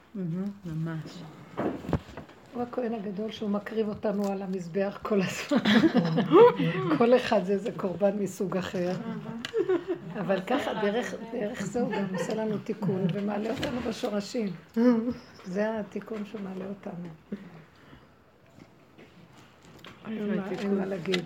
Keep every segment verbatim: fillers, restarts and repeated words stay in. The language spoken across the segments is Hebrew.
ממש. הוא הכהן הגדול שהוא מקריב אותנו על המזבח כל הזמן. כל אחד זה איזה קורבן מסוג אחר. אבל ככה, דרך, דרך זה הוא גם עושה לנו תיקון ומעלה אותנו בשורשים. זה התיקון שמעלה אותנו. אין מה להגיד.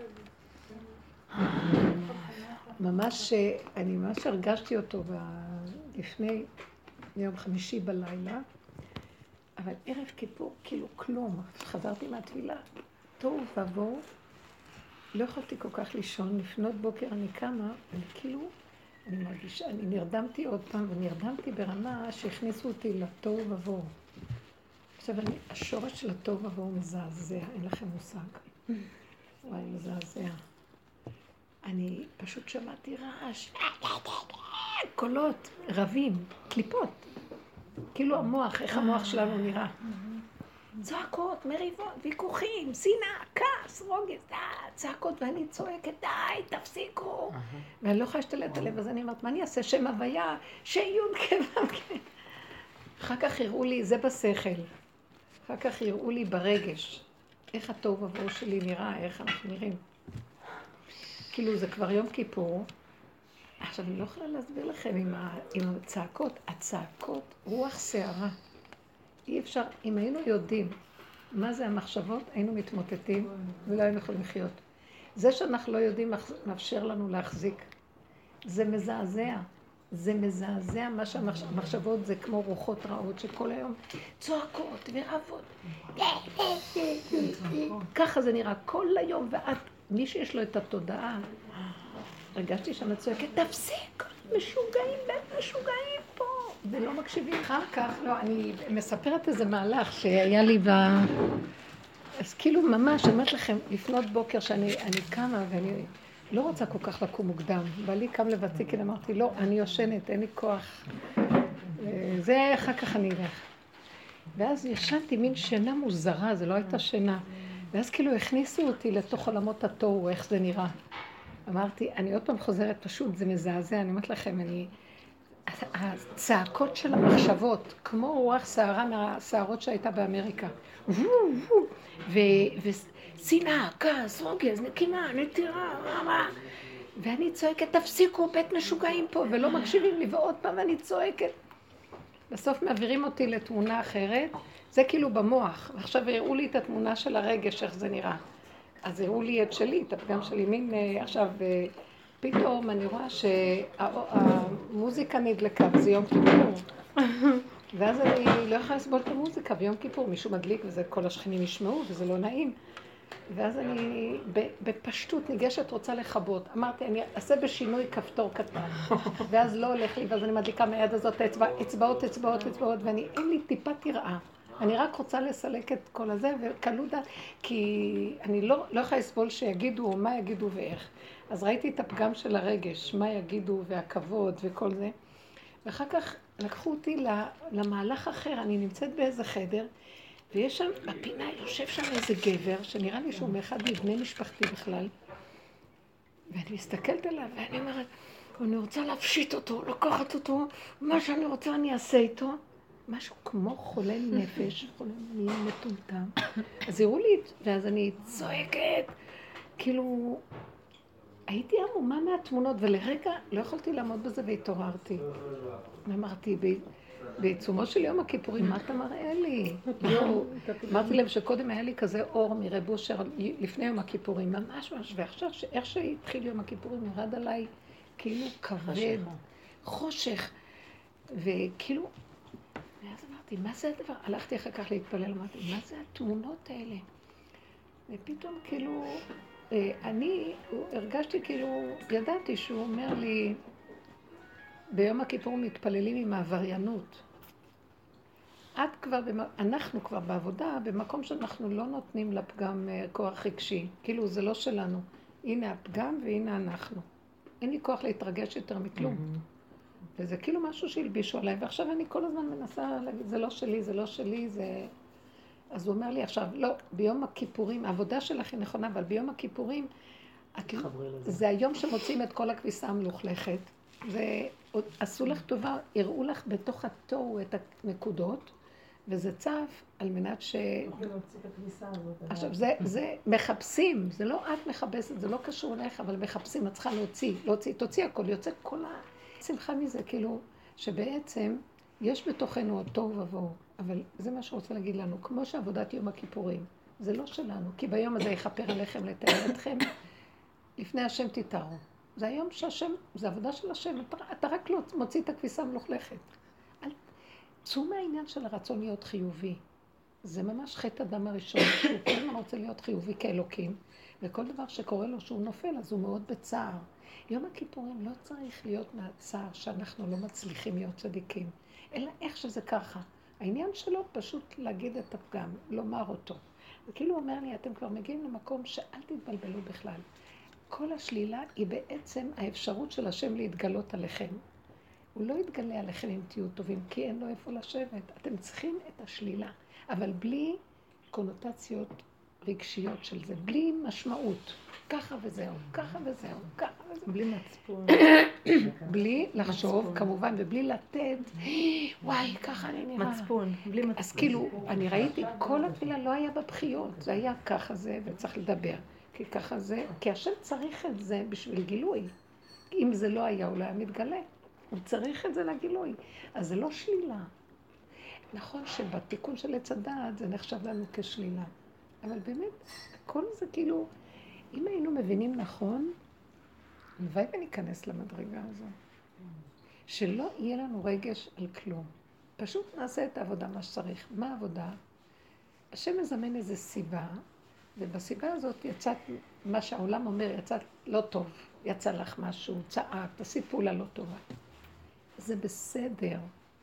ממש, אני ממש הרגשתי אותו לפני יום חמישי בלילה, אבל ערב כיפור כאילו כלום. חזרתי מהתפילה, טוב ובוא, לא יכולתי כל כך לישון. לפנות בוקר אני קמה, אני כאילו, אני מרגישה, אני נרדמתי עוד פעם, ונרדמתי ברמה שהכניסו אותי לתוהו ובוא. עכשיו, אני, השורש של התוהו ובוא הוא מזעזע, אין לכם מושג. וואי, מזעזע. אני פשוט שמעתי רעש, קולות, רבים, קליפות. כאילו המוח, איך המוח שלנו נראה. צעקות, מריבות, ויכוחים, שנאה, כעס, רוגז, צעקות, ואני צועקת, די, תפסיקו. ואני לא יכולה להשתלט הלב, אז אני אומרת, מה אני אעשה? שם הוויה, שיוד כבם, כן. אחר כך יראו לי, זה בשכל. אחר כך יראו לי ברגש. איך הטוב עבור שלי נראה, איך אנחנו נראים. כאילו זה כבר יום כיפור. עכשיו אני לא יכולה להסביר לכם עם, ה, עם הצעקות. הצעקות, רוח שערה. אי אפשר, אם היינו יודעים מה זה המחשבות, היינו מתמוטטים ולא היינו יכולים לחיות. זה שאנחנו לא יודעים מאפשר לנו להחזיק. זה מזעזע. זה מזעזע מה שהמחשבות זה כמו רוחות רעות שכל היום צועקות ורבות. ככה זה נראה כל היום, ואת, מי שיש לו את התודעה, הרגשתי שאני צועקת, תפסיק, משוגעים, בית משוגעים פה, ולא מקשיבים. אחר כך, לא, אני מספרת איזה מהלך שהיה לי ב... אז כאילו ממש, אמרת לכם, לפנות בוקר שאני אני קמה ואני לא רוצה כל כך לקום מוקדם. בעלי קם לבציקין, אמרתי, לא, אני יושנת, אין לי כוח. זה אחר כך אני אלך. ואז ישנתי מין שינה מוזרה, זה לא הייתה שינה. ואז כאילו הכניסו אותי לתוך עולמות התוהו, איך זה נראה. אמרתי, אני עוד פעם חוזרת פשוט, זה מזעזע, אני אומרת לכם, אני... הצעקות של המחשבות, כמו רוח שערה מהשערות שהייתה באמריקה. ושנאה, כעס, רוגז, נקימה, נטירה, רמה. ואני צועקת, תפסיקו, בית משוגעים פה, ולא מקשיבים לי, ועוד פעם אני צועקת. בסוף מעבירים אותי לתמונה אחרת, זה כאילו במוח. ועכשיו הראו לי את התמונה של הרגש, איך זה נראה. אז הראו לי את שלי, את הפגם שלי, מין עכשיו, פתאום אני רואה שהמוזיקה נדלקה, וזה יום כיפור. ואז אני לא יכולה לסבול את המוזיקה ביום כיפור, מישהו מדליק וזה כל השכנים ישמעו וזה לא נעים. ואז אני בפשטות ניגשת רוצה לחבות. אמרתי, אני אעשה בשינוי כפתור קטן. ואז לא הולך לי, ואז אני מדליקה מהיד הזאת אצבע, אצבעות, אצבעות, אצבעות, ואני, אין לי טיפה תראה. אני רק רוצה לסלק את כל הזה, וקלו דעת, כי אני לא, לא יכולה לסבול שיגידו או מה יגידו ואיך. אז ראיתי את הפגם של הרגש, מה יגידו והכבוד וכל זה. ואחר כך לקחו אותי למהלך אחר, אני נמצאת באיזה חדר, ויש שם, בפינה יושב שם איזה גבר, שנראה לי שהוא מאחד מבני משפחתי בכלל, ואני מסתכלת עליו, ואני אומרת, אני רוצה להפשיט אותו, לקחת אותו, מה שאני רוצה אני אעשה איתו. משהו כמו חולה נפש, חולה מין מטומטם. אז הראו לי, ואז אני צועקת, כאילו, הייתי עמומה מהתמונות, ולרגע לא יכולתי לעמוד בזה והתעוררתי. אמרתי, בעיצומו של יום הכיפורים, מה אתה מראה לי? אמרתי להם שקודם היה לי כזה אור מרב אושר לפני יום הכיפורים, ממש ממש, ועכשיו איך שהתחיל יום הכיפורים, ירד עליי כאילו כבד, חושך, וכאילו, ואז אמרתי, מה זה הדבר? הלכתי אחר כך להתפלל, אמרתי, מה זה התמונות האלה? ופתאום כאילו, אני הרגשתי כאילו, ידעתי שהוא אומר לי, ביום הכיפור מתפללים עם העבריינות. את כבר, אנחנו כבר בעבודה, במקום שאנחנו לא נותנים לפגם כוח רגשי. כאילו זה לא שלנו. הנה הפגם והנה אנחנו. אין לי כוח להתרגש יותר מכלום. וזה כאילו משהו שהלבישו עליי, ועכשיו אני כל הזמן מנסה להגיד, זה לא שלי, זה לא שלי, זה... אז הוא אומר לי עכשיו, לא, ביום הכיפורים, העבודה שלך היא נכונה, אבל ביום הכיפורים, את... זה היום שמוצאים את כל הכביסה המלוכלכת, זה, עשו לך טובה, הראו לך בתוך התוהו את הנקודות, וזה צף על מנת ש... עכשיו, זה, זה מחפשים, זה לא את מחפשת, זה לא קשור אליך, אבל מחפשים, את צריכה להוציא, להוציא, תוציא הכל, יוצא כל השמחה מזה, כאילו, שבעצם יש בתוכנו תוהו ובוהו, אבל זה מה שרוצה להגיד לנו, כמו שעבודת יום הכיפורים, זה לא שלנו, כי ביום הזה יכפר עליכם לתאר אתכם, לפני השם תתארו. זה היום שהשם, זה עבודה של השם, אתה, אתה רק לא מוציא את הכביסה המלוכלכת. אל, צאו מהעניין של הרצון להיות חיובי. זה ממש חטא אדם הראשון, שהוא כל הזמן רוצה להיות חיובי כאלוקים, וכל דבר שקורה לו שהוא נופל, אז הוא מאוד בצער. יום הכיפורים לא צריך להיות מהצער שאנחנו לא מצליחים להיות צדיקים, אלא איך שזה ככה. העניין שלו פשוט להגיד את הפגם, לומר אותו. וכאילו הוא אומר לי, אתם כבר מגיעים למקום שאל תתבלבלו בכלל. כל השלילה היא בעצם האפשרות של השם להתגלות עליכם. הוא לא יתגלה עליכם אם תהיו טובים, כי אין לו איפה לשבת. אתם צריכים את השלילה, אבל בלי קונוטציות רגשיות של זה, בלי משמעות. ככה וזהו, ככה וזהו, ככה וזהו. בלי מצפון. בלי לחשוב, כמובן, ובלי לתת, וואי, ככה אני נראה. מצפון, בלי מצפון. אז כאילו, אני ראיתי, כל התפילה לא היה בבחיות, זה היה ככה זה, וצריך לדבר. כי ככה זה, כי השם צריך את זה בשביל גילוי. אם זה לא היה, הוא לא היה מתגלה. הוא צריך את זה לגילוי. אז זה לא שלילה. נכון שבתיקון של עץ הדעת זה נחשב לנו כשלילה. אבל באמת, כל זה כאילו, אם היינו מבינים נכון, הלוואי וניכנס למדרגה הזו. שלא יהיה לנו רגש על כלום. פשוט נעשה את העבודה מה שצריך. מה העבודה? השם מזמן איזו סיבה, ובסיבה הזאת יצאת, מה שהעולם אומר, יצאת לא טוב, יצא לך משהו, צעק, תעשי פעולה לא טובה. זה בסדר.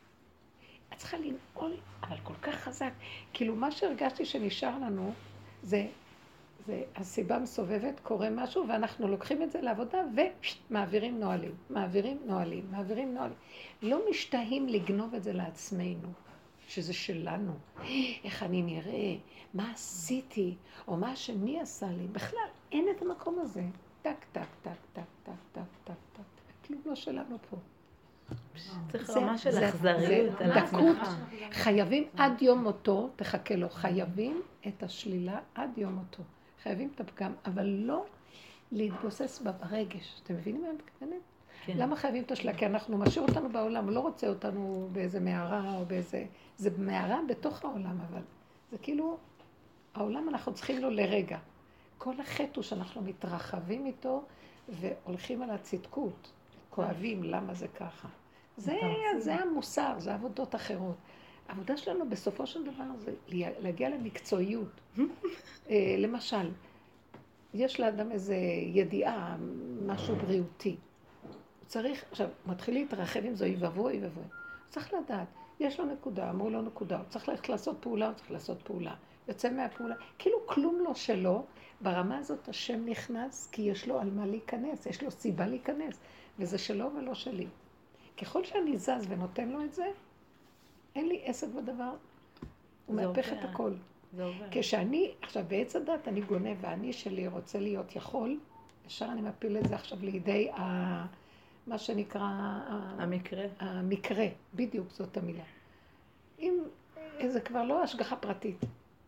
את צריכה לנעול, אבל כל כך חזק. כאילו מה שהרגשתי שנשאר לנו, זה, זה הסיבה מסובבת, קורה משהו, ואנחנו לוקחים את זה לעבודה, ומעבירים נועלים, מעבירים נועלים, מעבירים נועלים. לא משתהים לגנוב את זה לעצמנו. שזה שלנו, איך אני נראה, מה עשיתי, או מה השני עשה לי, בכלל אין את המקום הזה. טק, טק, טק, טק, טק, טק, טק, טק, כלום לא שלנו פה. צריך רמה של אכזריות על דקות. עצמך. חייבים עד יום מותו, תחכה לו, חייבים את השלילה עד יום מותו. חייבים את הפגם, אבל לא להתבוסס בה ברגש. אתם מבינים מה אני מתכוונת? כן. למה חייבים את השלילה? כי אנחנו משאיר אותנו בעולם, הוא לא רוצה אותנו באיזה מערה או באיזה... זה מערה בתוך העולם, אבל זה כאילו, העולם אנחנו צריכים לו לרגע. כל החטא הוא שאנחנו מתרחבים איתו והולכים על הצדקות, כואבים למה זה ככה. זה, זה המוסר, זה עבודות אחרות. העבודה שלנו בסופו של דבר זה להגיע למקצועיות. למשל, יש לאדם איזו ידיעה, משהו בריאותי. צריך, עכשיו, מתחיל להתרחב עם זה, אוי ואבוי, אוי ואבוי. צריך לדעת, יש לו נקודה, אמרו לו נקודה, הוא צריך ללכת לעשות פעולה, הוא צריך לעשות פעולה. יוצא מהפעולה, כאילו כלום לא שלו, ברמה הזאת השם נכנס, כי יש לו על מה להיכנס, יש לו סיבה להיכנס, וזה שלו ולא שלי. ככל שאני זז ונותן לו את זה, אין לי עסק בדבר, הוא מהפך את הכל. כשאני, עכשיו בעץ הדת, אני גונב, ואני שלי רוצה להיות יכול, ישר אני מפיל את זה עכשיו לידי ה... מה שנקרא... המקרה. המקרה, בדיוק זאת המילה. אם זה כבר לא השגחה פרטית.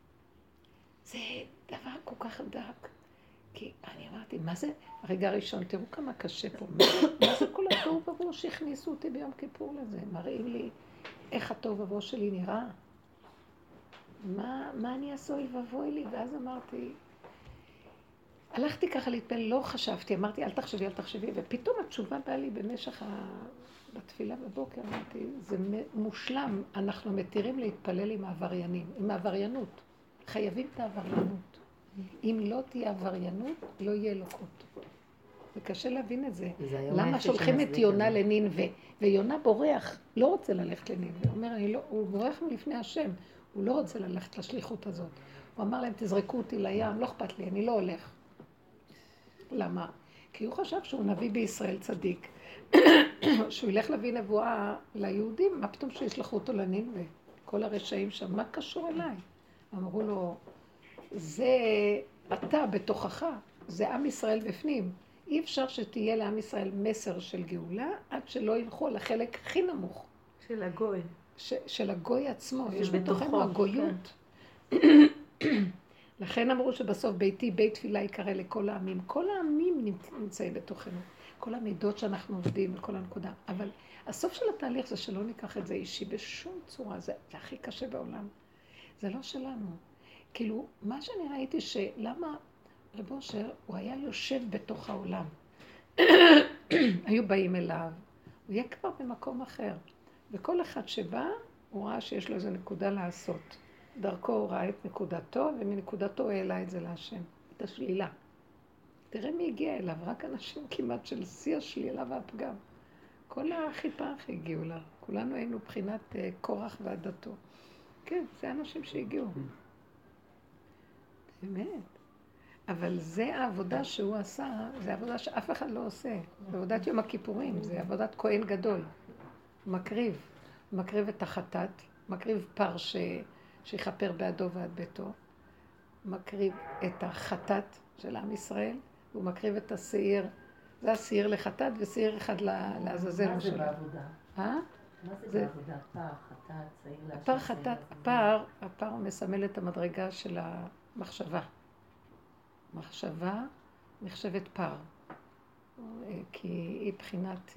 זה דבר כל כך דק. כי אני אמרתי, מה זה? הרגע הראשון, תראו כמה קשה פה. מה, מה זה כל התוהו ובוהו שהכניסו אותי ביום כיפור לזה? מראים לי איך התוהו ובוהו שלי נראה. מה, מה אני אעשו אוי ואבוי לי? ואז אמרתי... הלכתי ככה להתפלל, לא חשבתי, אמרתי אל תחשבי, אל תחשבי, ופתאום התשובה באה לי במשך ה... בתפילה בבוקר, אמרתי, זה מושלם, אנחנו מתירים להתפלל עם העבריינים, עם העבריינות, חייבים את העבריינות. אם לא תהיה עבריינות, לא יהיה אלוקות. זה קשה להבין את זה. למה שולחים את יונה לנינווה, ויונה בורח, לא רוצה ללכת לנינווה, הוא אומר, לא, הוא בורח מלפני השם, הוא לא רוצה ללכת לשליחות הזאת. הוא אמר להם, תזרקו אותי לים, לא אכפת לי, אני לא הולך. למה? כי הוא חשב שהוא נביא בישראל צדיק, שהוא ילך להביא נבואה ליהודים, מה פתאום שישלחו אותו לנינווה? כל הרשעים שם, מה קשור אליי? אמרו לו, זה אתה בתוכך, זה עם ישראל בפנים. אי אפשר שתהיה לעם ישראל מסר של גאולה, עד שלא ילכו על החלק הכי נמוך. של הגוי. ש, של הגוי עצמו, יש בתוכו, בתוכנו הגויות. כן. לכן אמרו שבסוף ביתי, בית תפילה יקרא לכל העמים. כל העמים נמצאים בתוכנו. כל המידות שאנחנו עובדים, כל הנקודה. אבל הסוף של התהליך זה שלא ניקח את זה אישי בשום צורה. זה, זה הכי קשה בעולם. זה לא שלנו. כאילו, מה שאני ראיתי שלמה רב אושר, הוא היה יושב בתוך העולם. היו באים אליו. הוא יהיה כבר במקום אחר. וכל אחד שבא, הוא ראה שיש לו איזו נקודה לעשות. דרכו הוא ראה את נקודתו, ומנקודתו הוא העלה את זה להשם. את השלילה. תראה מי הגיע אליו, רק אנשים כמעט של שיא השלילה והפגם. כל החיפך הגיעו לה. כולנו היינו בחינת uh, קורח ועדתו. כן, זה אנשים שהגיעו. באמת. אבל זה העבודה שהוא עשה, זה עבודה שאף אחד לא עושה. זה עבודת יום הכיפורים, זה עבודת כהן גדול. הוא מקריב. הוא מקריב את החטאת, מקריב פר ש... שיחפר בעדו ועד ביתו. הוא מקריב את החטאת של עם ישראל, הוא מקריב את השעיר. זה השעיר לחטאת ושעיר אחד לעזאזל שלו. מה זה בעבודה? אה? מה זה בעבודה? פר, חטאת, שעיר להשם. הפר חטאת, הפר, הפר הוא מסמל את המדרגה של המחשבה. מחשבה נחשבת פר, כי היא בחינת,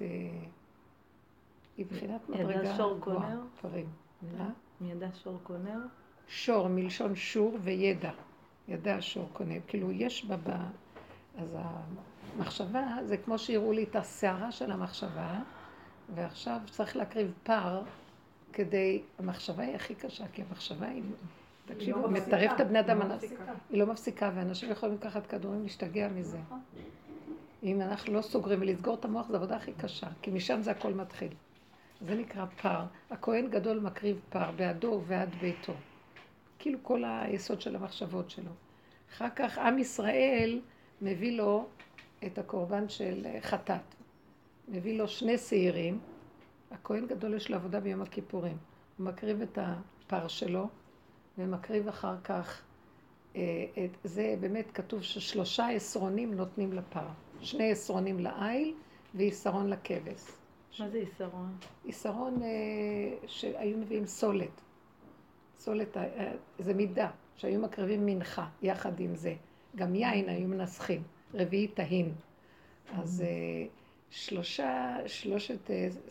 היא בחינת מדרגה גבוהה, פרים. מי ידע שור קונר? שור, מלשון שור וידע. ידע שור קונר. כאילו יש בה, בה, אז המחשבה זה כמו שיראו לי את השערה של המחשבה, ועכשיו צריך להקריב פר כדי, המחשבה היא הכי קשה, כי המחשבה היא, תקשיבו, מטרף את הבני אדם, היא לא מפסיקה, ואנשים יכולים לקחת כדורים להשתגע מזה. אם אנחנו לא סוגרים ולסגור את המוח, זו עבודה הכי קשה, כי משם זה הכל מתחיל. זה נקרא פר. הכהן גדול מקריב פר בעדו ועד ביתו. כאילו כל היסוד של המחשבות שלו. אחר כך עם ישראל מביא לו את הקורבן של חטאת. מביא לו שני שעירים. הכהן גדול יש לו עבודה ביום הכיפורים. הוא מקריב את הפר שלו, ומקריב אחר כך, את, זה באמת כתוב ששלושה עשרונים נותנים לפר. שני עשרונים לעיל ועשרון לכבש. מה זה עשרון? עשרון שהיו מביאים סולת. סולת זה מידה, שהיו מקריבים מנחה יחד עם זה. גם יין היו מנסחים, רביעי תהין. אז שלושה, שלושת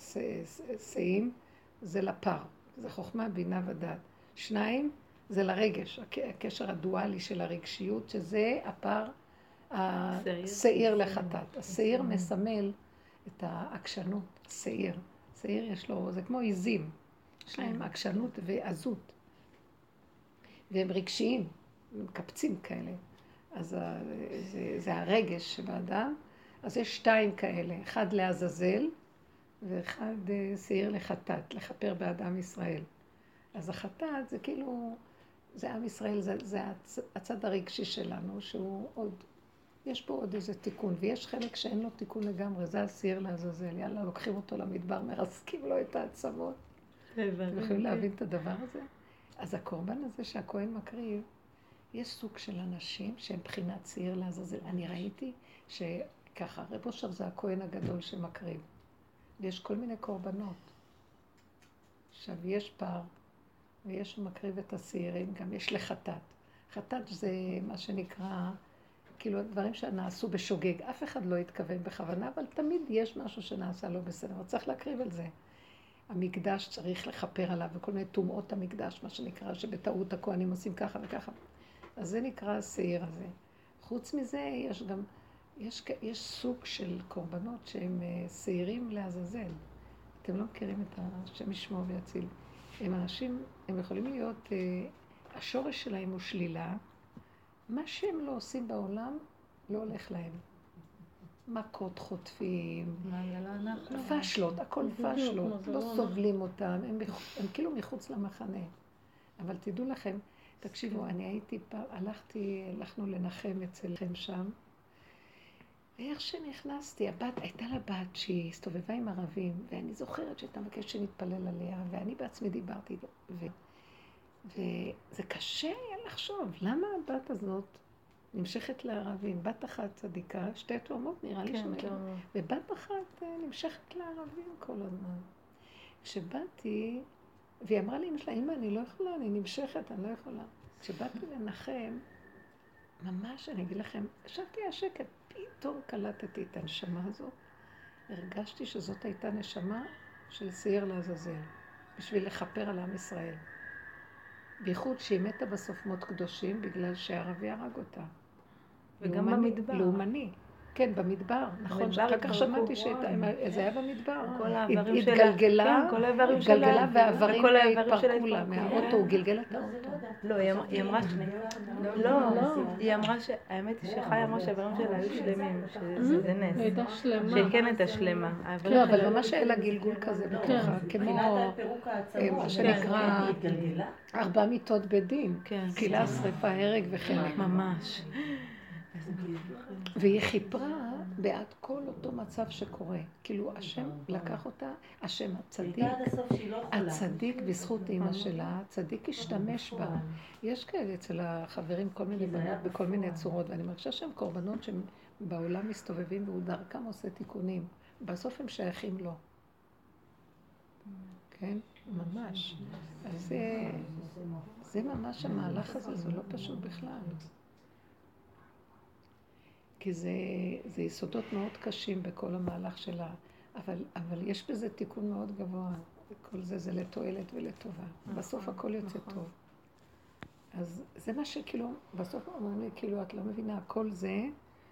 שאים זה לפר, זה חוכמה, בינה ודעת. שניים זה לרגש, הקשר הדואלי של הרגשיות, שזה הפר, השעיר לחטאת. השעיר מסמל את העקשנות, השעיר. שעיר יש לו, זה כמו עיזים, יש להם עקשנות ועזות. והם רגשיים, הם מקפצים כאלה. אז זה, זה הרגש שבאדם. אז יש שתיים כאלה, אחד לעזאזל ואחד שעיר לחטאת, לכפר באדם ישראל. אז החטאת זה כאילו, זה עם ישראל, זה, זה הצד הרגשי שלנו, שהוא עוד, יש פה עוד איזה תיקון, ויש חלק שאין לו תיקון לגמרי, זה השעיר לעזאזל, יאללה, לוקחים אותו למדבר, מרסקים לו את העצמות. אתם יכולים להבין את הדבר הזה? אז הקורבן הזה שהכהן מקריב, יש סוג של אנשים שהם בחינת שעיר לעזאזל. אני ראיתי שככה, רב אושר זה הכהן הגדול שמקריב, ויש כל מיני קורבנות. עכשיו, יש פר, ויש מקריב את השעירים, גם יש לחטאת. חטאת זה מה שנקרא, כאילו דברים שנעשו בשוגג. אף אחד לא התכוון בכוונה, אבל תמיד יש משהו שנעשה לא בסדר. צריך להקריב על זה. המקדש צריך לכפר עליו, וכל מיני טומאות המקדש, מה שנקרא, שבטעות הכהנים עושים ככה וככה. אז זה נקרא השעיר הזה. חוץ מזה, יש גם, יש, יש סוג של קורבנות שהם שעירים לעזאזל. אתם לא מכירים את השם ישמור ויציל. הם אנשים, הם יכולים להיות, השורש שלהם הוא שלילה. מה שהם לא עושים בעולם, לא הולך להם. מכות חוטפים, פשלות, הכל פשלות, לא סובלים אותם, הם, הם כאילו מחוץ למחנה. אבל תדעו לכם, תקשיבו, אני הייתי פעם, הלכתי, הלכנו לנחם אצלכם שם, ואיך שנכנסתי, הבת, הייתה לה בת שהיא הסתובבה עם ערבים, ואני זוכרת שהייתה מבקשת שנתפלל עליה, ואני בעצמי דיברתי, ו... וזה קשה היה לחשוב, למה הבת הזאת נמשכת לערבים. בת אחת צדיקה, שתי תאומות נראה לי כן, שמהם. ובת אחת נמשכת לערבים כל הזמן. כשבאתי, והיא אמרה לי, אמא שלה, אמא, אני לא יכולה, אני נמשכת, אני לא יכולה. כשבאתי לנחם, ממש, אני אגיד לכם, ישבתי השקט, פתאום קלטתי את הנשמה הזו, הרגשתי שזאת הייתה נשמה של שעיר לעזאזל, בשביל לכפר על עם ישראל. בייחוד שהיא מתה בסוף מות קדושים, בגלל שהערבי הרג אותה. וגם לאומני, במדבר. לאומני. כן, במדבר, נכון, אחר כך שמעתי שזה היה במדבר. כל האיברים שלה, התגלגלה, כן, כל האיברים שלה, התגלגלה והאיברים וכל האיברים שלה התפרקו לה מהאוטו, הוא גלגל את האוטו. לא, היא אמרה ש... לא, היא אמרה ש... האמת היא שחי אמרה שהאיברים שלה היו שלמים, שזה נס. הייתה שלמה. שהיא כן הייתה שלמה. לא, אבל ממש היה לה גלגול כזה בתוכה, כמו מה שנקרא ארבע מיטות בדין, קהילה, שריפה, הרג וחלק. ממש. והיא חיפרה בעד כל אותו מצב שקורה. כאילו, השם לקח אותה, השם הצדיק, הצדיק בזכות אמא שלה, הצדיק השתמש בה. יש כאלה אצל החברים כל מיני בנות בכל מיני צורות, ואני מרגישה שהם קורבנות שהם בעולם מסתובבים והוא דרכם עושה תיקונים. בסוף הם שייכים לו. כן? ממש. אז זה, זה ממש המהלך הזה, זה לא פשוט בכלל. כי זה, זה יסודות מאוד קשים בכל המהלך שלה, אבל, אבל יש בזה תיקון מאוד גבוה, כל זה זה לתועלת ולטובה. בסוף הכל יוצא טוב. אז זה מה שכאילו, בסוף אומרים לי, כאילו, את לא מבינה, הכל זה,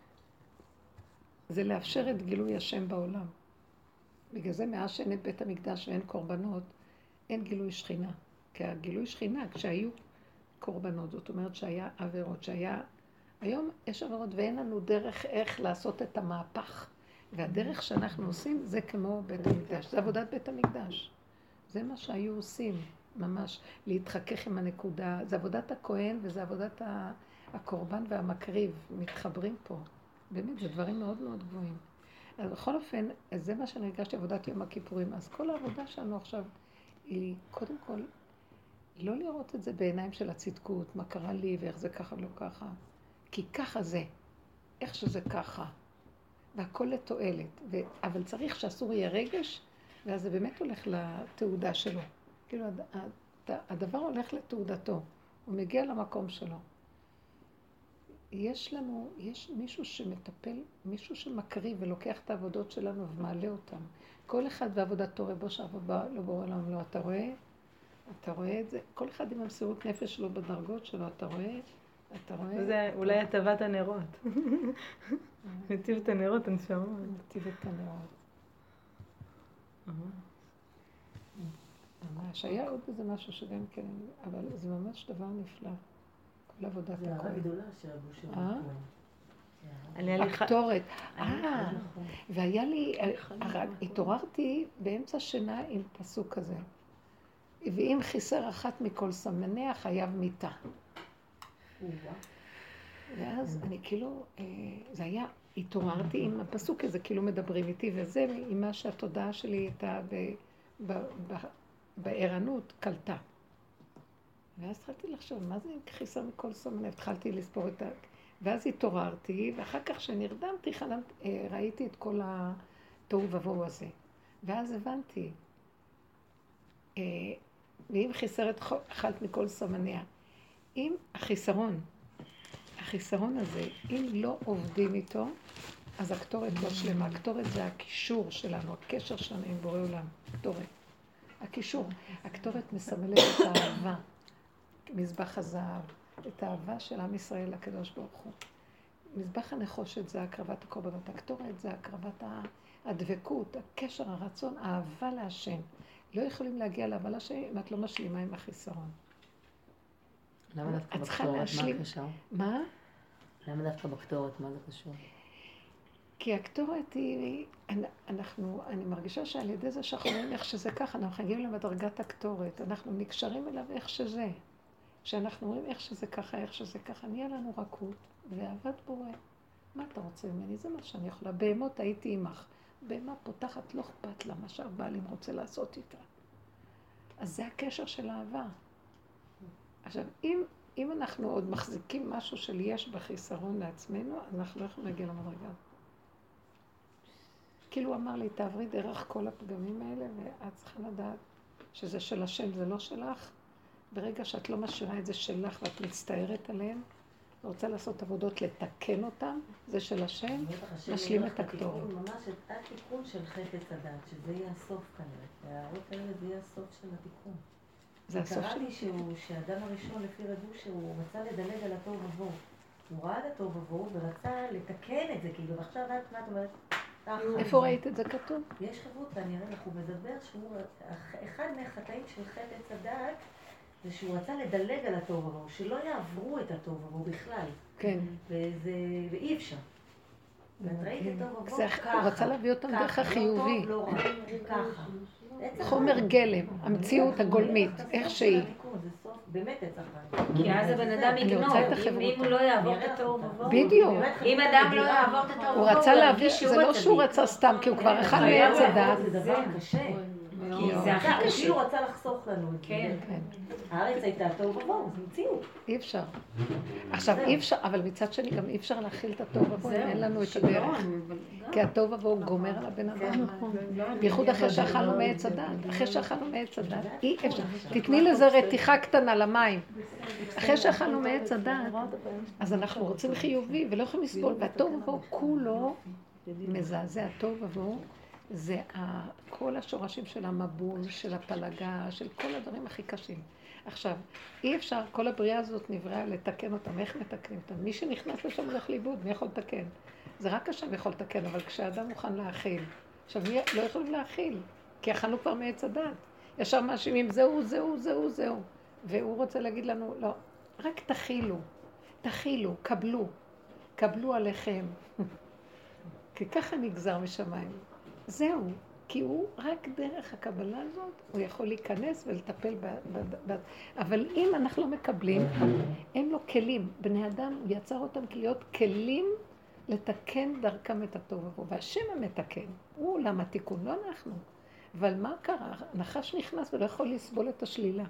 זה לאפשר את גילוי השם בעולם. בגלל זה מאז שאין את בית המקדש ואין קורבנות, אין גילוי שכינה. כי הגילוי שכינה, כשהיו קורבנות, זאת אומרת שהיה עבירות, שהיה... היום יש עבירות ואין לנו דרך איך לעשות את המהפך. והדרך שאנחנו עושים זה כמו בית המקדש. זה עבודת בית המקדש. זה מה שהיו עושים, ממש. להתחכך עם הנקודה. זה עבודת הכהן וזה עבודת הקורבן והמקריב. מתחברים פה. באמת, זה דברים מאוד מאוד גבוהים. אז בכל אופן, זה מה שאני הרגשתי עבודת יום הכיפורים. אז כל העבודה שלנו עכשיו היא קודם כל לא לראות את זה בעיניים של הצדקות, מה קרה לי ואיך זה ככה לא ככה. כי ככה זה, איך שזה ככה, והכל לתועלת, ו... אבל צריך שאסור יהיה רגש, ואז זה באמת הולך לתעודה שלו. כאילו הד... הד... הדבר הולך לתעודתו, הוא מגיע למקום שלו. יש לנו, יש מישהו שמטפל, מישהו שמקריב ולוקח את העבודות שלנו ומעלה אותם. כל אחד בעבודתו רבו שעבודה לא בורא לעולם לא, אתה רואה? אתה רואה את זה? כל אחד עם המסירות נפש שלו בדרגות שלו, אתה רואה? אתה רואה? זה אולי הטבת הנרות. נציב את הנרות, הנשמות. נציב את הנרות. ממש. היה עוד איזה משהו שגם כן, אבל זה ממש דבר נפלא. כל עבודת הכהן. זה הרע גדולה שרבו שם. הקטורת. אה, והיה לי, התעוררתי באמצע שינה עם פסוק כזה. ואם חיסר אחת מכל סמניה, חייב מיתה. ואז אני כאילו, זה היה, התעוררתי עם הפסוק הזה, כאילו מדברים איתי, וזה עם מה שהתודעה שלי הייתה בערנות קלטה. ואז התחלתי לחשוב, מה זה אם חיסר מכל סמניה? התחלתי לספור את ה... ואז התעוררתי, ואחר כך שנרדמתי, ראיתי את כל התוהו ובוהו הזה. ואז הבנתי, ואם חיסרת אחת מכל סמניה, אם החיסרון, החיסרון הזה, אם לא עובדים איתו, אז הקטורת לא שלמה. הקטורת זה הקישור שלנו, הקשר שלנו עם בורא עולם. הקטורת. הקישור. הקטורת מסמלת את האהבה, מזבח הזהב, את האהבה של עם ישראל לקדוש ברוך הוא. מזבח הנחושת זה הקרבת הקורבנות. הקטורת זה הקרבת הדבקות, הקשר, הרצון, האהבה להשם. לא יכולים להגיע לאהבה להשם אם את לא משלימה עם החיסרון. למה דווקא בקטורת? מה הקשר? מה? למה דווקא בקטורת? מה זה קשור? כי הקטורת היא, אנחנו, אני מרגישה שעל ידי זה שאנחנו רואים איך שזה ככה, אנחנו מגיעים למדרגת הקטורת, אנחנו נקשרים אליו איך שזה. כשאנחנו רואים איך שזה ככה, איך שזה ככה, נהיה לנו רכות ואהבת בורא. מה אתה רוצה ממני? זה מה שאני יכולה. בהמות הייתי עמך. בהמה פותחת לא אכפת לה מה שהבעלים רוצה לעשות איתה. אז זה הקשר של האהבה. עכשיו, אם, אם אנחנו עוד מחזיקים משהו של יש בחיסרון לעצמנו, אז אנחנו לא יכולים להגיע למדרגה. כאילו הוא אמר לי, תעברי דרך כל הפגמים האלה, ואת צריכה לדעת שזה של השם, זה לא שלך. ברגע שאת לא משאירה את זה שלך ואת מצטערת עליהם, רוצה לעשות עבודות לתקן אותם, זה של השם, נשלים את הכתורת. ממש את התיקון של חטא עץ הדת, שזה יהיה הסוף כנראה. וההערות האלה זה יהיה הסוף של התיקון. זה הסוף קרה של... לי שהוא, שהאדם הראשון לפי רבו שהוא רצה לדלג על הטוב עבור. הוא ראה את הטוב עבור ורצה לתקן את זה, כאילו, ועכשיו את מה את אומרת? איפה ראית את זה כתוב? יש חברותא, אני אראה לך, הוא מדבר שהוא, אחד מהחטאים של חטא עץ הדת, זה שהוא רצה לדלג על הטוב עבור, שלא יעברו את הטוב עבור בכלל. כן. וזה, ואי אפשר. ואת ראית את הטוב עבור ככה. הוא רצה להביא אותם דרך החיובי. לא טוב, לא רע, ככה. חומר גלם, המציאות הגולמית, איך שהיא. באמת עץ החיים. כי אז הבן אדם יגנוב, אם הוא לא יעבור את התוהו ובוהו. בדיוק. אם אדם לא יעבור את התוהו ובוהו, הוא רצה להביא, זה לא שהוא רצה סתם, כי הוא כבר אחד מעץ הדת. זה דבר קשה. כי זה הכי קשה. הוא רצה לחסוך לנו את זה. כן. הארץ הייתה תוהו ובוהו, זה מציאות. אי אפשר. עכשיו אי אפשר, אבל מצד שני גם אי אפשר להכיל את התוהו ובוהו, אם אין לנו את הדרך. כי התוהו ובוהו גומר על הבן אדם. בייחוד אחרי שאכלנו מעץ הדת. אחרי שאכלנו מעץ הדת. אי אפשר. תתני לזה רתיחה קטנה למים. אחרי שאכלנו מעץ הדת, אז אנחנו רוצים חיובי ולא יכולים לסבול. והתוהו ובוהו כולו מזעזע. התוהו ובוהו זה כל השורשים של המבול, של הפלגה, של כל הדברים הכי קשים. עכשיו, אי אפשר, כל הבריאה הזאת נבראה לתקן אותם. איך מתקנים אותם? מי שנכנס לשם הולך לאיבוד, מי יכול לתקן? זה רק השם יכול לתקן, אבל כשאדם מוכן להאכיל. עכשיו, מי לא יכולים להאכיל, כי אכלנו כבר מעץ הדת. ישר מאשימים, זהו, זהו, זהו, זהו. והוא רוצה להגיד לנו, לא, רק תכילו, תכילו, קבלו, קבלו עליכם. כי ככה נגזר משמיים. זהו, כי הוא רק דרך הקבלה הזאת, הוא יכול להיכנס ולטפל ב... ב, ב אבל אם אנחנו לא מקבלים, אין לו כלים. בני אדם, הוא יצר אותם להיות כלים לתקן דרכם את הטוב עבור. והשם המתקן, הוא עולם התיקון, לא אנחנו. אבל מה קרה? הנחש נכנס ולא יכול לסבול את השלילה.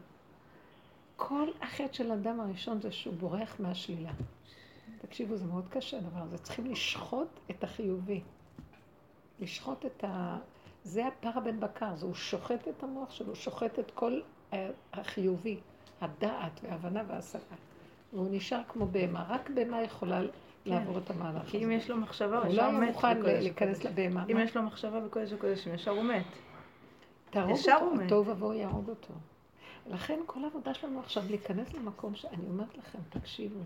כל החטא של האדם הראשון זה שהוא בורח מהשלילה. תקשיבו, זה מאוד קשה הדבר הזה. צריכים לשחוט את החיובי. לשחוט את ה... זה הפרה בן בקר, זה הוא שוחט את המוח שלו, שוחט את כל החיובי, הדעת וההבנה וההשגה. והוא נשאר כמו בהמה, רק בהמה יכולה לעבור את המהלך הזה. כי אם יש לו מחשבה, הוא ישר מת. הוא לא מוכן להיכנס לבהמה. אם יש לו מחשבה בקודש הקודשים, ישר הוא מת. תהרוג אותו, הטוב ובוהו יהרוג אותו. לכן כל העבודה שלנו עכשיו להיכנס למקום שאני אומרת לכם, תקשיבו,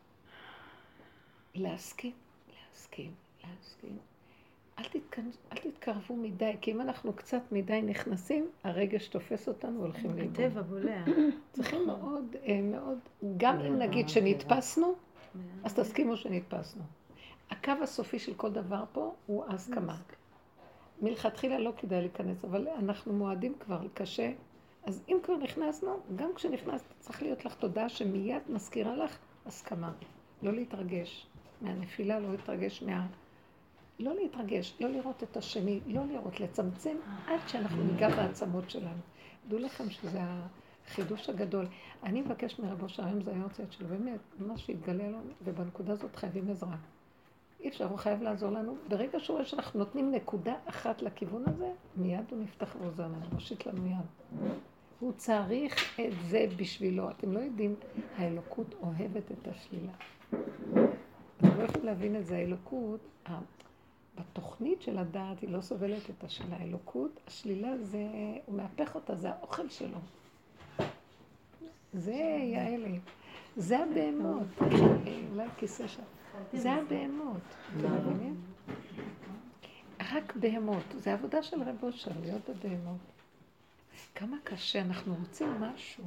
להסכים, להסכים, להסכים. אל, תתכנס, אל תתקרבו מדי, כי אם אנחנו קצת מדי נכנסים, הרגש תופס אותנו והולכים לאיבוד. הטבע בולע. צריכים מאוד, מאוד, גם אם נגיד שנתפסנו, אז תסכימו שנתפסנו. הקו הסופי של כל דבר פה הוא ההסכמה. מלכתחילה לא כדאי להיכנס, אבל אנחנו מועדים כבר קשה. אז אם כבר נכנסנו, גם כשנכנסת צריך להיות לך תודה שמיד מזכירה לך הסכמה. לא להתרגש מהנפילה, לא להתרגש מה... לא להתרגש, לא לראות את השני, לא לראות, לצמצם עד שאנחנו ניגע בעצמות שלנו. דעו לכם שזה החידוש הגדול. אני מבקש מרבו שהיום זה היורצייט שלו, באמת, מה שהתגלה לנו, ובנקודה הזאת חייבים עזרה. אי אפשר, הוא חייב לעזור לנו. ברגע שהוא רואה שאנחנו נותנים נקודה אחת לכיוון הזה, מיד הוא נפתח ועוזר לנו, מושיט לנו יד. הוא צריך את זה בשבילו. אתם לא יודעים, האלוקות אוהבת את השלילה. אתם לא יכולים להבין את זה, האלוקות, בתוכנית של הדעת היא לא סובלת את השלילה. האלוקות, השלילה זה, הוא מהפך אותה, זה האוכל שלו. זה יעלי. זה הבהמות. אולי כיסא שם. זה הבהמות. אתם מבינים? רק בהמות. זה עבודה של רב אושר, להיות הבהמות. כמה קשה, אנחנו רוצים משהו.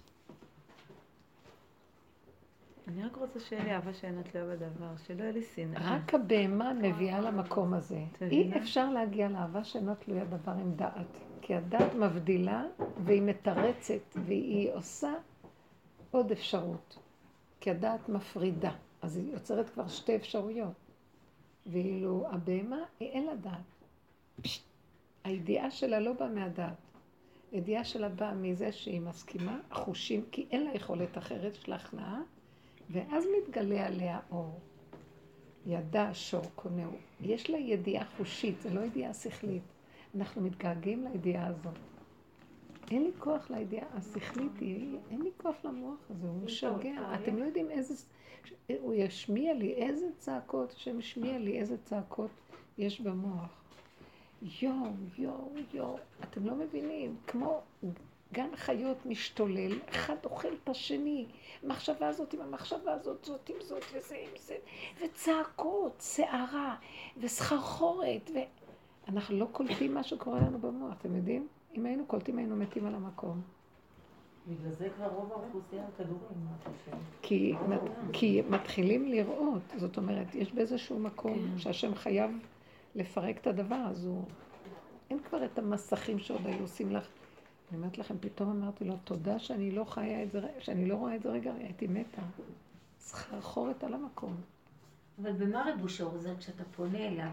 אני רק רוצה שיהיה לי אהבה שאינה תלויה בדבר, שלא יהיה לי שנאה. רק הבהמה מביאה למקום הזה. אי אפשר להגיע לאהבה שאינה תלויה דבר עם דעת. כי הדעת מבדילה והיא מתרצת והיא עושה עוד אפשרות. כי הדעת מפרידה. אז היא יוצרת כבר שתי אפשרויות. ואילו הבהמה היא אין לה דעת. הידיעה שלה לא באה מהדעת. ידיעה שלה באה מזה שהיא מסכימה, חושים, כי אין לה יכולת אחרת של הכנעה, ואז מתגלה עליה אור. ידע שור קונהו. יש לה ידיעה חושית, זה לא ידיעה שכלית. אנחנו מתגעגעים לידיעה הזאת. אין לי כוח לידיעה השכלית, אין לי כוח למוח הזה, הוא משגע. אתם לא יודעים איזה, הוא ישמיע לי, איזה צעקות, שמשמיע לי איזה צעקות יש במוח. יום, יום, יום, אתם לא מבינים, כמו גן חיות משתולל, אחד אוכל את השני, המחשבה הזאת עם המחשבה הזאת, זאת עם זאת וזה עם זה, וצעקות, שערה, וסחרחורת, ואנחנו לא קולטים מה שקורה לנו במוח, אתם יודעים? אם היינו קולטים, היינו מתים על המקום. בגלל זה כבר רוב האוכלוסייה כדורים. כי, כי מתחילים לראות, זאת אומרת, יש באיזשהו מקום שהשם חייב לפרק את הדבר, אז הוא... אין כבר את המסכים שעוד היו עושים לך. אני אומרת לכם, פתאום אמרתי לו, תודה שאני לא חיה את זה, שאני לא רואה את זה רגע, הייתי מתה. סחרחורת על המקום. אבל במה רבושור זה כשאתה פונה אליו?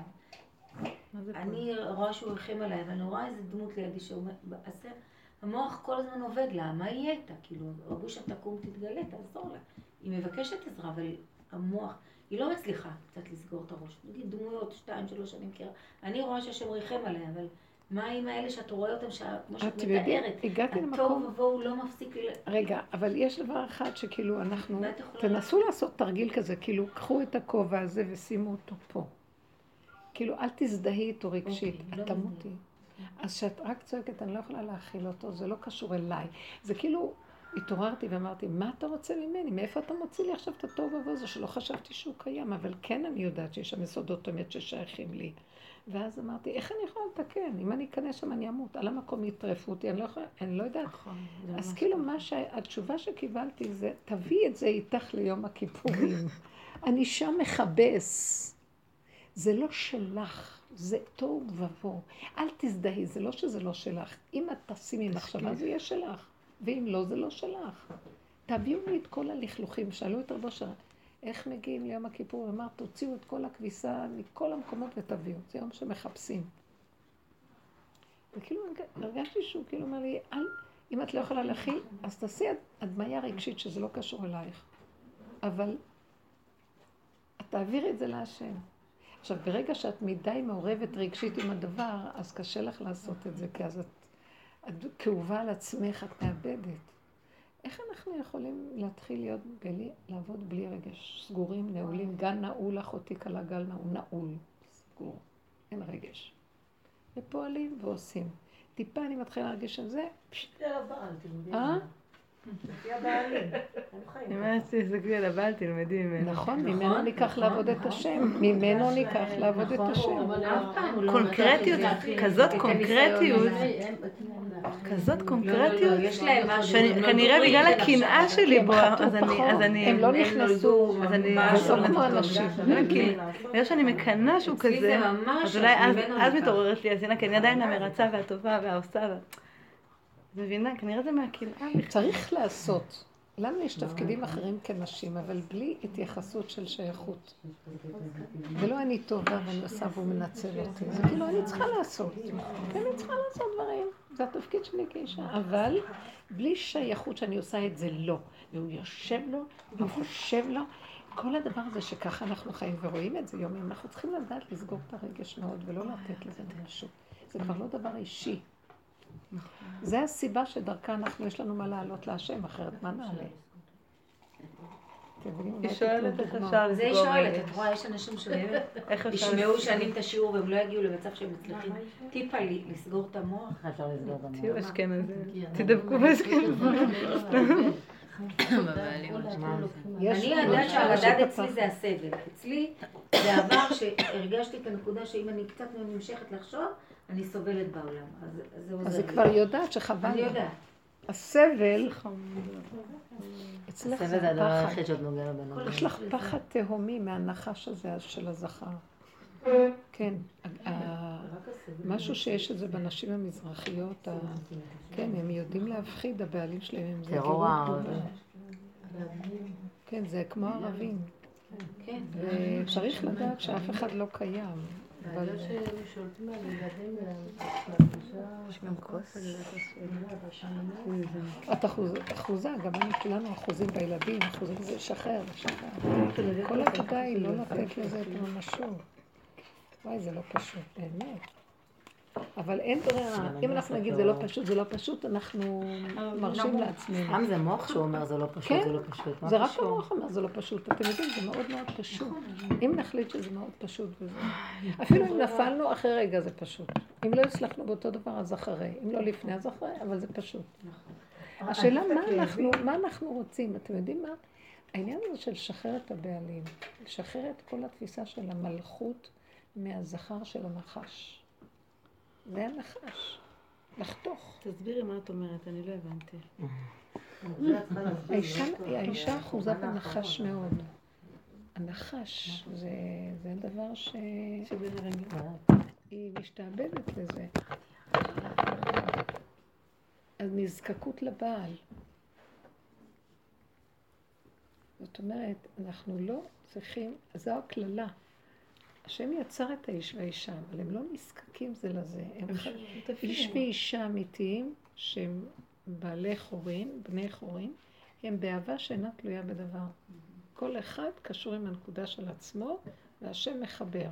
אני רואה שהוא הולכים עליי, ואני רואה איזה דמות לידי שהוא עשה, המוח כל הזמן עובד לה, מה יהיה איתה? כאילו, רבושה תקום, תתגלה, תעזור לה. היא מבקשת עזרה, אבל המוח, היא לא מצליחה קצת לסגור את הראש. נגיד דמויות, שתיים, שלוש שנים מכירה. אני רואה שהשם ריחם עליה, אבל מה עם האלה שאת רואה אותם, כמו שאת מתארת? הגעתי למקום... הטוב ובואו לא מפסיק לי... רגע, אבל יש דבר אחד שכאילו אנחנו... תנסו לעשות תרגיל כזה, כאילו, קחו את הכובע הזה ושימו אותו פה. כאילו, אל תזדהי איתו רגשית, את תמותי. אז שאת רק צועקת, אני לא יכולה להכיל אותו, זה לא קשור אליי. זה כאילו, התעוררתי ואמרתי, מה אתה רוצה ממני? מאיפה אתה מוציא לי עכשיו את הטוב ובוא הזה, שלא חשבתי שהוא קיים, אבל כן אני יודעת שיש שם יסודות אמת ששייכים לי. ואז אמרתי, איך אני יכולה לתקן? אם אני אכנס שם, אני אמות. על המקום יטרפו אותי, אני לא, יכולה, אני לא יודעת. אז כאילו, מה שהתשובה שקיבלתי זה, תביא את זה איתך ליום הכיפורים. אני שם מכבס. זה לא שלך, זה טוב ובוא. אל תזדהי, זה לא שזה לא שלך. אם את תשימי מחשבה, זה יהיה שלך. ואם לא, זה לא שלך. תביאו לי את כל הלכלוכים, שאלו את רבו שרה, איך מגיעים ליום הכיפור? הוא אמר, תוציאו את כל הכביסה מכל המקומות ותביאו. זה יום שמחפשים. וכאילו, הרגשתי שהוא כאילו אומר לי, אל, אם את לא יכולה להכיל, אז תעשי הדמיה רגשית שזה לא קשור אלייך. אבל תעבירי את זה להשם. עכשיו, ברגע שאת מדי מעורבת רגשית עם הדבר, אז קשה לך לעשות את זה, כי אז את, את כאובה על עצמך, את מאבדת. איך אנחנו יכולים להתחיל להיות בלי, לעבוד בלי רגש? סגורים, נעולים, גן נעול, אחותי כלה גל נעול, נעול, סגור, אין רגש. ופועלים ועושים. טיפה אני מתחילה להרגיש על זה, פשט. זה לבעל, תלמדי. אה? לפי הבעלים. אני אומרת שתסתכלי על הבעל, תלמדי ממנו. נכון, ממנו ניקח לעבוד את השם. ממנו ניקח לעבוד את השם. קונקרטיות, כזאת קונקרטיות, כזאת קונקרטיות, כנראה בגלל הקנאה שלי בו, אז אני... הם לא נכנסו, אז אני... בסוף כמו אנשים. בגלל שאני מקנה שהוא כזה, אז אולי אז מתעוררת לי הזינה, כי אני עדיין המרצה והטובה והעושה. מבינה, כנראה זה מהקנאה. צריך לעשות. לנו יש תפקידים אחרים כנשים, אבל בלי התייחסות של שייכות. ולא אני טובה ואני עושה והוא מנצל אותי. זה כאילו אני צריכה לעשות. אני צריכה לעשות דברים. זה התפקיד שלי כאישה. אבל בלי שייכות שאני עושה את זה לא. והוא יושב לו, והוא חושב לו. כל הדבר הזה שככה אנחנו חיים ורואים את זה יומים, אנחנו צריכים לדעת לסגור את הרגש מאוד ולא לתת לזה משהו. זה כבר לא דבר אישי. זה הסיבה שדרכה אנחנו, יש לנו מה לעלות להשם, אחרת מה נעלה? היא שואלת איך אפשר לסגור. זה היא שואלת, את רואה, יש אנשים שבאמת ישמעו שנים את השיעור והם לא יגיעו למצב שהם מצליחים טיפה לסגור את המוח. איך אפשר לסגור את המוח? תהיו אשכנזים, תדבקו באשכנזים. אני יודעת שהמדד אצלי זה הסבל. אצלי זה עבר שהרגשתי את הנקודה שאם אני קצת נמשכת לחשוב, אני סובלת בעולם. אז זה כבר יודעת שחבל. אני יודעת. הסבל, אצלך הסבל זה הדבר היחיד שעוד נוגע בנו. יש לך פחד תהומי מהנחש הזה של הזכר. כן, משהו שיש את זה בנשים המזרחיות, כן, הם יודעים להפחיד, הבעלים שלהם, זה גירות גדולה. כן, זה כמו ערבים. וצריך לדעת שאף אחד לא קיים. אבל לא ששולטים על ילדים מהפגישה... יש גם כוס. את אחוזה, גם אני כולנו אחוזים בילדים, אחוזים בזה שחרר, שחרר. כל העבודה היא לא לתת לזה את הממשות. וואי, זה לא פשוט, באמת. אבל אין ברירה, אם אנחנו נגיד זה לא פשוט, זה לא פשוט, אנחנו מרשים לעצמנו. עם זה מוח שהוא אומר זה לא פשוט, זה לא פשוט. זה רק המוח אומר זה לא פשוט, אתם יודעים, זה מאוד מאוד פשוט. אם נחליט שזה מאוד פשוט וזה. אפילו אם נפלנו אחרי רגע זה פשוט. אם לא הצלחנו באותו דבר אז אחרי, אם לא לפני אז אחרי, אבל זה פשוט. השאלה מה אנחנו רוצים, אתם יודעים מה? העניין הזה של לשחרר את הבעלים, לשחרר את כל התפיסה של המלכות מהזכר של הנחש. זה הנחש, לחתוך. תסבירי מה את אומרת, אני לא הבנתי. האישה אחוזה בנחש מאוד. הנחש זה דבר ש... היא משתעבדת לזה. אז נזקקות לבעל. זאת אומרת, אנחנו לא צריכים, זו הכללה. השם יצר את האיש והאישה, אבל הם לא נזקקים זה לזה. הם איש ואישה אמיתיים, שהם בעלי חורין, בני חורין, הם באהבה שאינה תלויה בדבר. כל אחד קשור עם הנקודה של עצמו, והשם מחבר.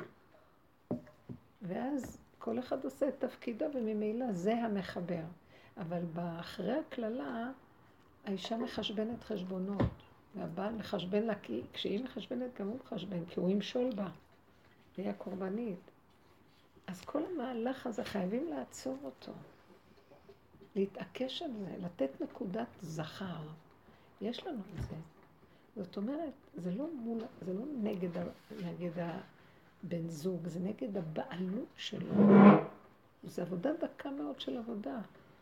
ואז כל אחד עושה את תפקידו, וממילא זה המחבר. אבל באחרי הכללה, האישה מחשבנת חשבונות, והבעל מחשבן לה, כי כשהיא מחשבנת גם הוא מחשבן, כי הוא ימשול בה. והיא הקורבנית. אז כל המהלך הזה חייבים לעצור אותו. להתעקש על זה, לתת נקודת זכר. יש לנו את זה. זאת אומרת, זה לא, מול, זה לא נגד, נגד הבן זוג, זה נגד הבעלות שלו. זה עבודה דקה מאוד של עבודה.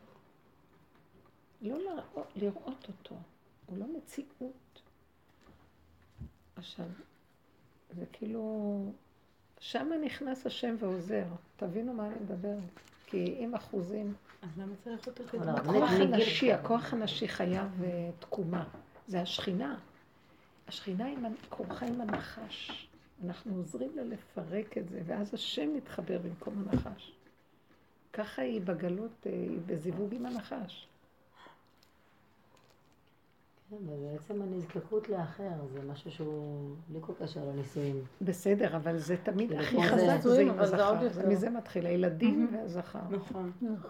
לא לראות, לראות אותו. הוא לא מציאות. עכשיו, זה כאילו... שם נכנס השם ועוזר. תבינו מה אני מדבר. כי אם אחוזים... אז למה צריך אותו כדי? הכוח הנשי, הכוח הנשי חייב תקומה. זה השכינה. השכינה כורחה עם הנחש. אנחנו עוזרים לה לפרק את זה, ואז השם מתחבר במקום הנחש. ככה היא בגלות, היא בזיווג עם הנחש. כן, ובעצם הנזקקות לאחר, זה משהו שהוא בלי כל קשר לנישואים. בסדר, אבל זה תמיד הכי חזק, זה עם הזכר. זה מזה מתחיל, הילדים והזכר. נכון.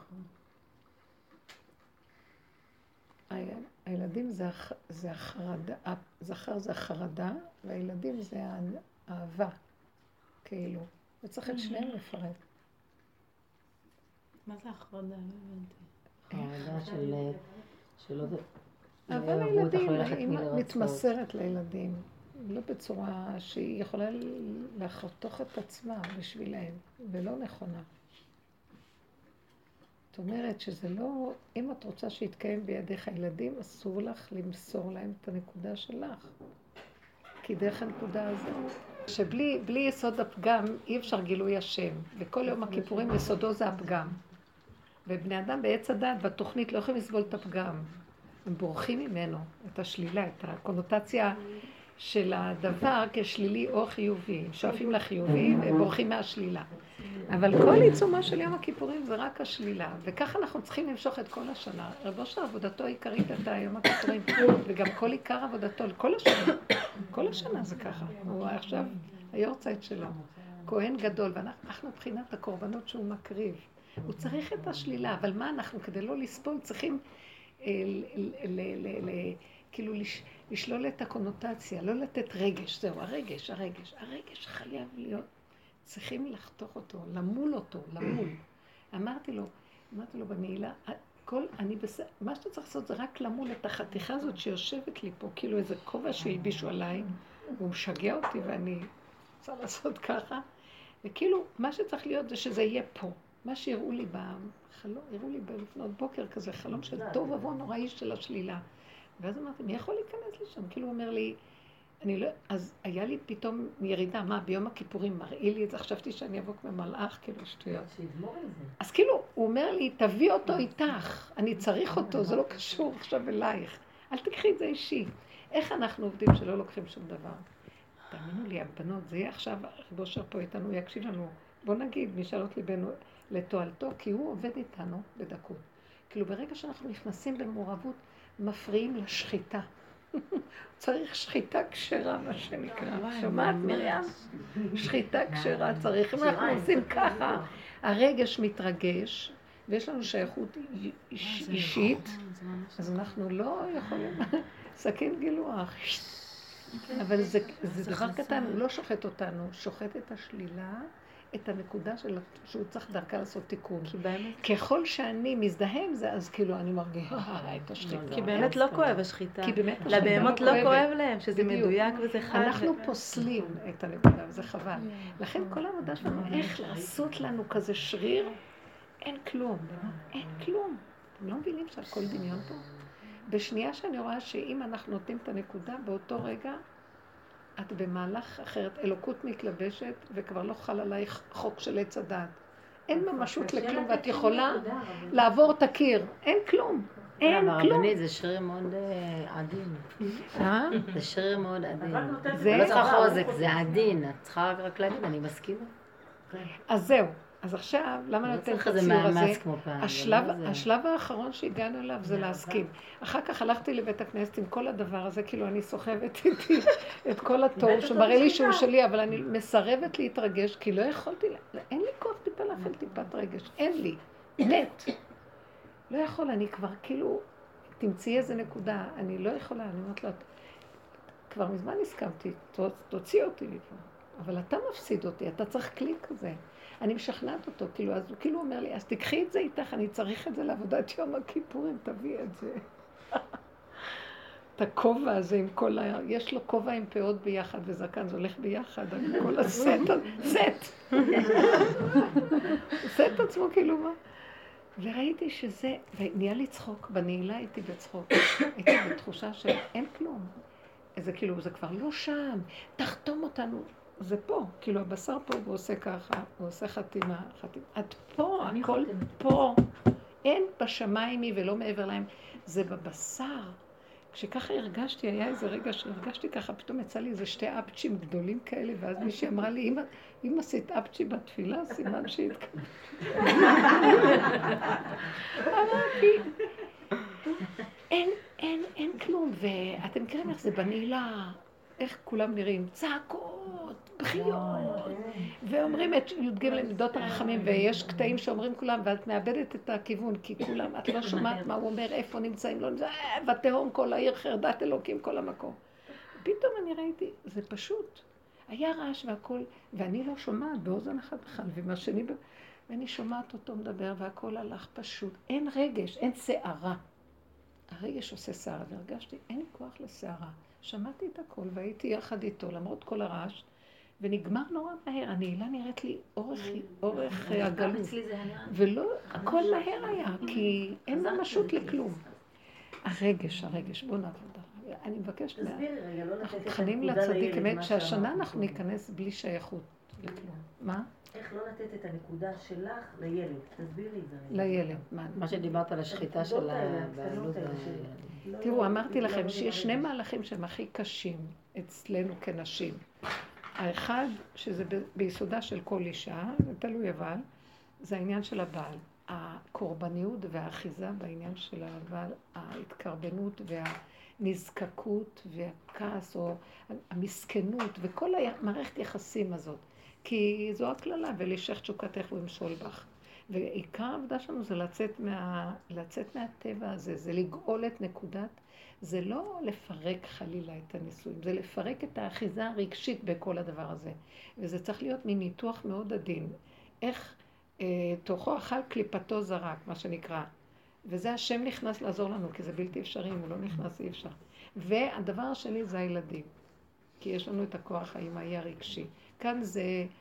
הילדים זה החרדה, הזכר זה החרדה, והילדים זה האהבה, כאילו. וצריך את שניהם לפרט. מה זה החרדה? לא הבנתי. החרדה של... שלא... אבל הילדים, האמא מתמסרת לילדים, לא בצורה שהיא יכולה לחתוך את עצמה בשבילהם, ולא נכונה. זאת אומרת שזה לא, אם את רוצה שיתקיים בידיך הילדים, אסור לך למסור להם את הנקודה שלך. כי דרך הנקודה הזאת, שבלי בלי יסוד הפגם אי אפשר גילוי השם, וכל יום הכיפורים יסודו זה הפגם. ובני אדם בעץ הדעת בתוכנית לא יכולים לסבול את הפגם. הם בורחים ממנו, את השלילה, את הקונוטציה של הדבר כשלילי או חיובי. הם שואפים לחיובי ובורחים מהשלילה. אבל כל עיצומה של יום הכיפורים זה רק השלילה, וככה אנחנו צריכים למשוך את כל השנה. רב אושר עבודתו העיקרית הייתה יום הכיפורים, וגם כל עיקר עבודתו, כל השנה. כל השנה זה ככה. הוא עכשיו היורצייט שלו. כהן גדול, ואנחנו מבחינת הקורבנות שהוא מקריב. הוא צריך את השלילה, אבל מה אנחנו, כדי לא לסבול, צריכים כאילו לשלול את הקונוטציה, לא לתת רגש, זהו, הרגש, הרגש, הרגש חייב להיות, צריכים לחתוך אותו, למול אותו, למול. אמרתי לו, אמרתי לו בנעילה, כל, אני בסדר, מה שאתה צריך לעשות זה רק למול את החתיכה הזאת שיושבת לי פה, כאילו איזה כובע שהלבישו עליי, והוא משגע אותי ואני רוצה לעשות ככה, וכאילו מה שצריך להיות זה שזה יהיה פה. מה שהראו לי בחלום, הראו לי בלפנות בוקר כזה, חלום של טוב אבוא נוראי של השלילה. ואז אמרתי, מי יכול להיכנס לשם? כאילו הוא אומר לי, אני לא, אז היה לי פתאום ירידה, מה, ביום הכיפורים מראי לי את זה, חשבתי שאני אבוא כמו מלאך, כאילו שטויות. אז כאילו, הוא אומר לי, תביא אותו איתך, אני צריך אותו, זה לא קשור עכשיו אלייך. אל תקחי את זה אישי. איך אנחנו עובדים שלא לוקחים שום דבר? תאמינו לי, הבנות, זה יהיה עכשיו, רב אושר פה איתנו, יקשיב לנו. בוא נגיד, משאלות ליבנו לתועלתו, כי הוא עובד איתנו בדקות. כאילו ברגע שאנחנו נכנסים במעורבות, מפריעים לשחיטה. צריך שחיטה כשרה, מה שנקרא. שומעת מרים? שחיטה כשרה צריך. אם אנחנו עושים ככה, הרגש מתרגש, ויש לנו שייכות אישית, אז אנחנו לא יכולים סכין גילוח. אבל זה דבר קטן, הוא לא שוחט אותנו, שוחט את השלילה, את הנקודה שהוא צריך דרכה לעשות תיקון. ככל שאני מזדהה עם זה, אז כאילו אני מרגישה את השחיטה. כי באמת לא כואב השחיטה. לבהמות לא כואב להם, שזה מדויק וזה חד. אנחנו פוסלים את הנקודה, וזה חבל. לכן כל העבודה שלנו, איך לעשות לנו כזה שריר, אין כלום, אין כלום. אתם לא מבינים שהכל דמיון פה? בשנייה שאני רואה שאם אנחנו נותנים את הנקודה, באותו רגע, את במהלך אחרת, אלוקות מתלבשת, וכבר לא חל עלייך חוק של עץ הדעת. אין ממשות לכלום, ואת יכולה לעבור את הקיר. אין כלום. אין כלום. הרבנית זה שריר מאוד עדין. אה? זה שריר מאוד עדין. זה לא צריכה חוזק, זה עדין. את צריכה רק להגיד, אני מסכימה. אז זהו. אז עכשיו, למה נותן את הציור הזה? השלב האחרון שהגענו אליו זה להסכים. אחר כך הלכתי לבית הכנסת עם כל הדבר הזה, כאילו אני סוחבת איתי את כל התור שמראה לי שהוא שלי, אבל אני מסרבת להתרגש, כי לא יכולתי, אין לי כוח טיפה להפעיל טיפת רגש, אין לי, מת. לא יכול, אני כבר כאילו, תמצאי איזה נקודה, אני לא יכולה, אני אומרת לו, כבר מזמן הסכמתי, תוציא אותי מפה, אבל אתה מפסיד אותי, אתה צריך כלי כזה. אני משכנעת אותו, כאילו, אז הוא כאילו אומר לי, אז תקחי את זה איתך, אני צריך את זה לעבודת יום הכיפורים, תביא את זה. את הכובע הזה עם כל ה... יש לו כובע עם פאות ביחד וזקן, זה הולך ביחד, כל הסט, סט. סט עצמו, כאילו מה? וראיתי שזה, ונהיה לי צחוק, בנעילה הייתי בצחוק, הייתי בתחושה שאין כלום. זה כאילו, זה כבר לא שם, תחתום אותנו. זה פה, כאילו הבשר פה, הוא עושה ככה, הוא עושה חתימה, חתימה. את פה, הכל פה. אין בשמיים ולא מעבר להם, זה בבשר. כשככה הרגשתי, היה איזה רגע שהרגשתי ככה, פתאום יצא לי איזה שתי אפצ'ים גדולים כאלה, ואז מישהי אמרה לי, אם, אם עשית אפצ'י בתפילה, סימן שהתקבל. אמרתי, אין, אין, אין כלום, ואתם מכירים איך זה בנעילה, איך כולם נראים, צעקות, בחיות, ואומרים את י"ג למידות הרחמים, ויש קטעים שאומרים כולם, ואת מאבדת את הכיוון, כי כולם, את לא שומעת מה הוא אומר, איפה נמצאים, לא נמצאים, ותהום כל העיר, חרדת אלוקים כל המקום. פתאום אני ראיתי, זה פשוט, היה רעש והכל, ואני לא שומעת באוזן אחת בכלל, ומה שני, ואני שומעת אותו מדבר, והכל הלך פשוט, אין רגש, אין שערה. הרגש עושה שערה, והרגשתי, אין לי כוח לשערה. שמעתי את הכל והייתי יחד איתו, למרות כל הרעש, ונגמר נורא מהר. הנעילה נראית לי אורך, אורך הגלות. ולא, הכל מהר היה, כי אין ממשות לכלום. הרגש, הרגש, בוא נעבוד. אני מבקשת, אנחנו תכנים לצדיק, שהשנה אנחנו ניכנס בלי שייכות לכלום. מה? איך לא לתת את הנקודה שלך לילד? תסבירי את זה. לילד, מה? מה שדיברת על השחיטה של הבעלות. תראו, אמרתי לכם שיש שני מהלכים שהם הכי קשים אצלנו כנשים. האחד, שזה ביסודה של כל אישה, זה תלוי אבל, זה העניין של הבעל. הקורבניות והאחיזה בעניין של הבעל, ההתקרבנות והנזקקות והכעס או המסכנות וכל המערכת יחסים הזאת. כי זו הכללה, ולשך תשוקתך ומשול בך. ועיקר העבודה שלנו זה לצאת, מה, לצאת מהטבע הזה, זה לגאול את נקודת, זה לא לפרק חלילה את הנישואים, זה לפרק את האחיזה הרגשית בכל הדבר הזה. וזה צריך להיות מניתוח מאוד עדין. איך אה, תוכו אכל קליפתו זרק, מה שנקרא. וזה השם נכנס לעזור לנו, כי זה בלתי אפשרי, אם הוא לא נכנס אי אפשר. והדבר השני זה הילדים. כי יש לנו את הכוח האמאי הרגשי. כאן זה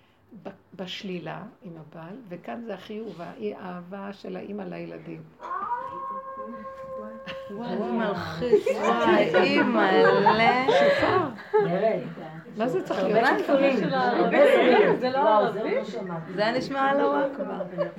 בשלילה עם הבעל, וכאן זה החיוב, האהבה של האמא לילדים. וואי, מלחיץ, וואי, אימא, לה. שופר. מה זה צריך להיות? זה לא ערבי? זה היה נשמע על הוואקבה.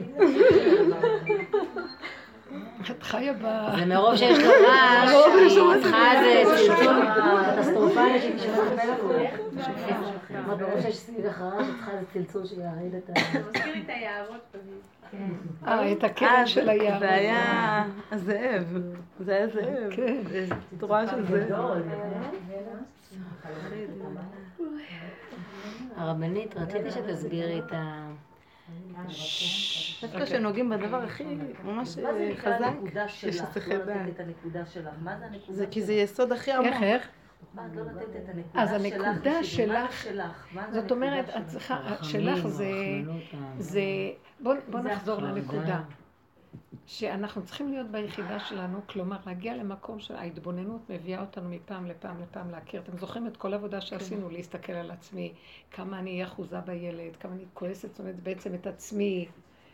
את חיה ב... זה מרוב שיש לו רעש, את חיה זה צלצול קטסטרופלי מה בראש יש סביב החרש, את צריכה לצלצול שיעריד את ה... זה מזכיר לי את היערות פנים. אה, את הקרן של היערות. זה היה הזאב. זה היה זאב. כן. תורה של זאב. הרבנית, רציתי שתסבירי את ה... דווקא שנוגעים בדבר הכי ממש חזק, יש שכל דעת. זה כי זה יסוד הכי עמוק. איך, איך? אז אז הנקודה שלך, זאת אומרת, את צריכה, שלך זה, בוא נחזור לנקודה. שאנחנו צריכים להיות ביחידה שלנו, כלומר להגיע למקום שההתבוננות מביאה אותנו מפעם לפעם לפעם להכיר. אתם זוכרים את כל העבודה שעשינו, להסתכל על עצמי, כמה אני אהיה אחוזה בילד, כמה אני כועסת, זאת אומרת בעצם את עצמי,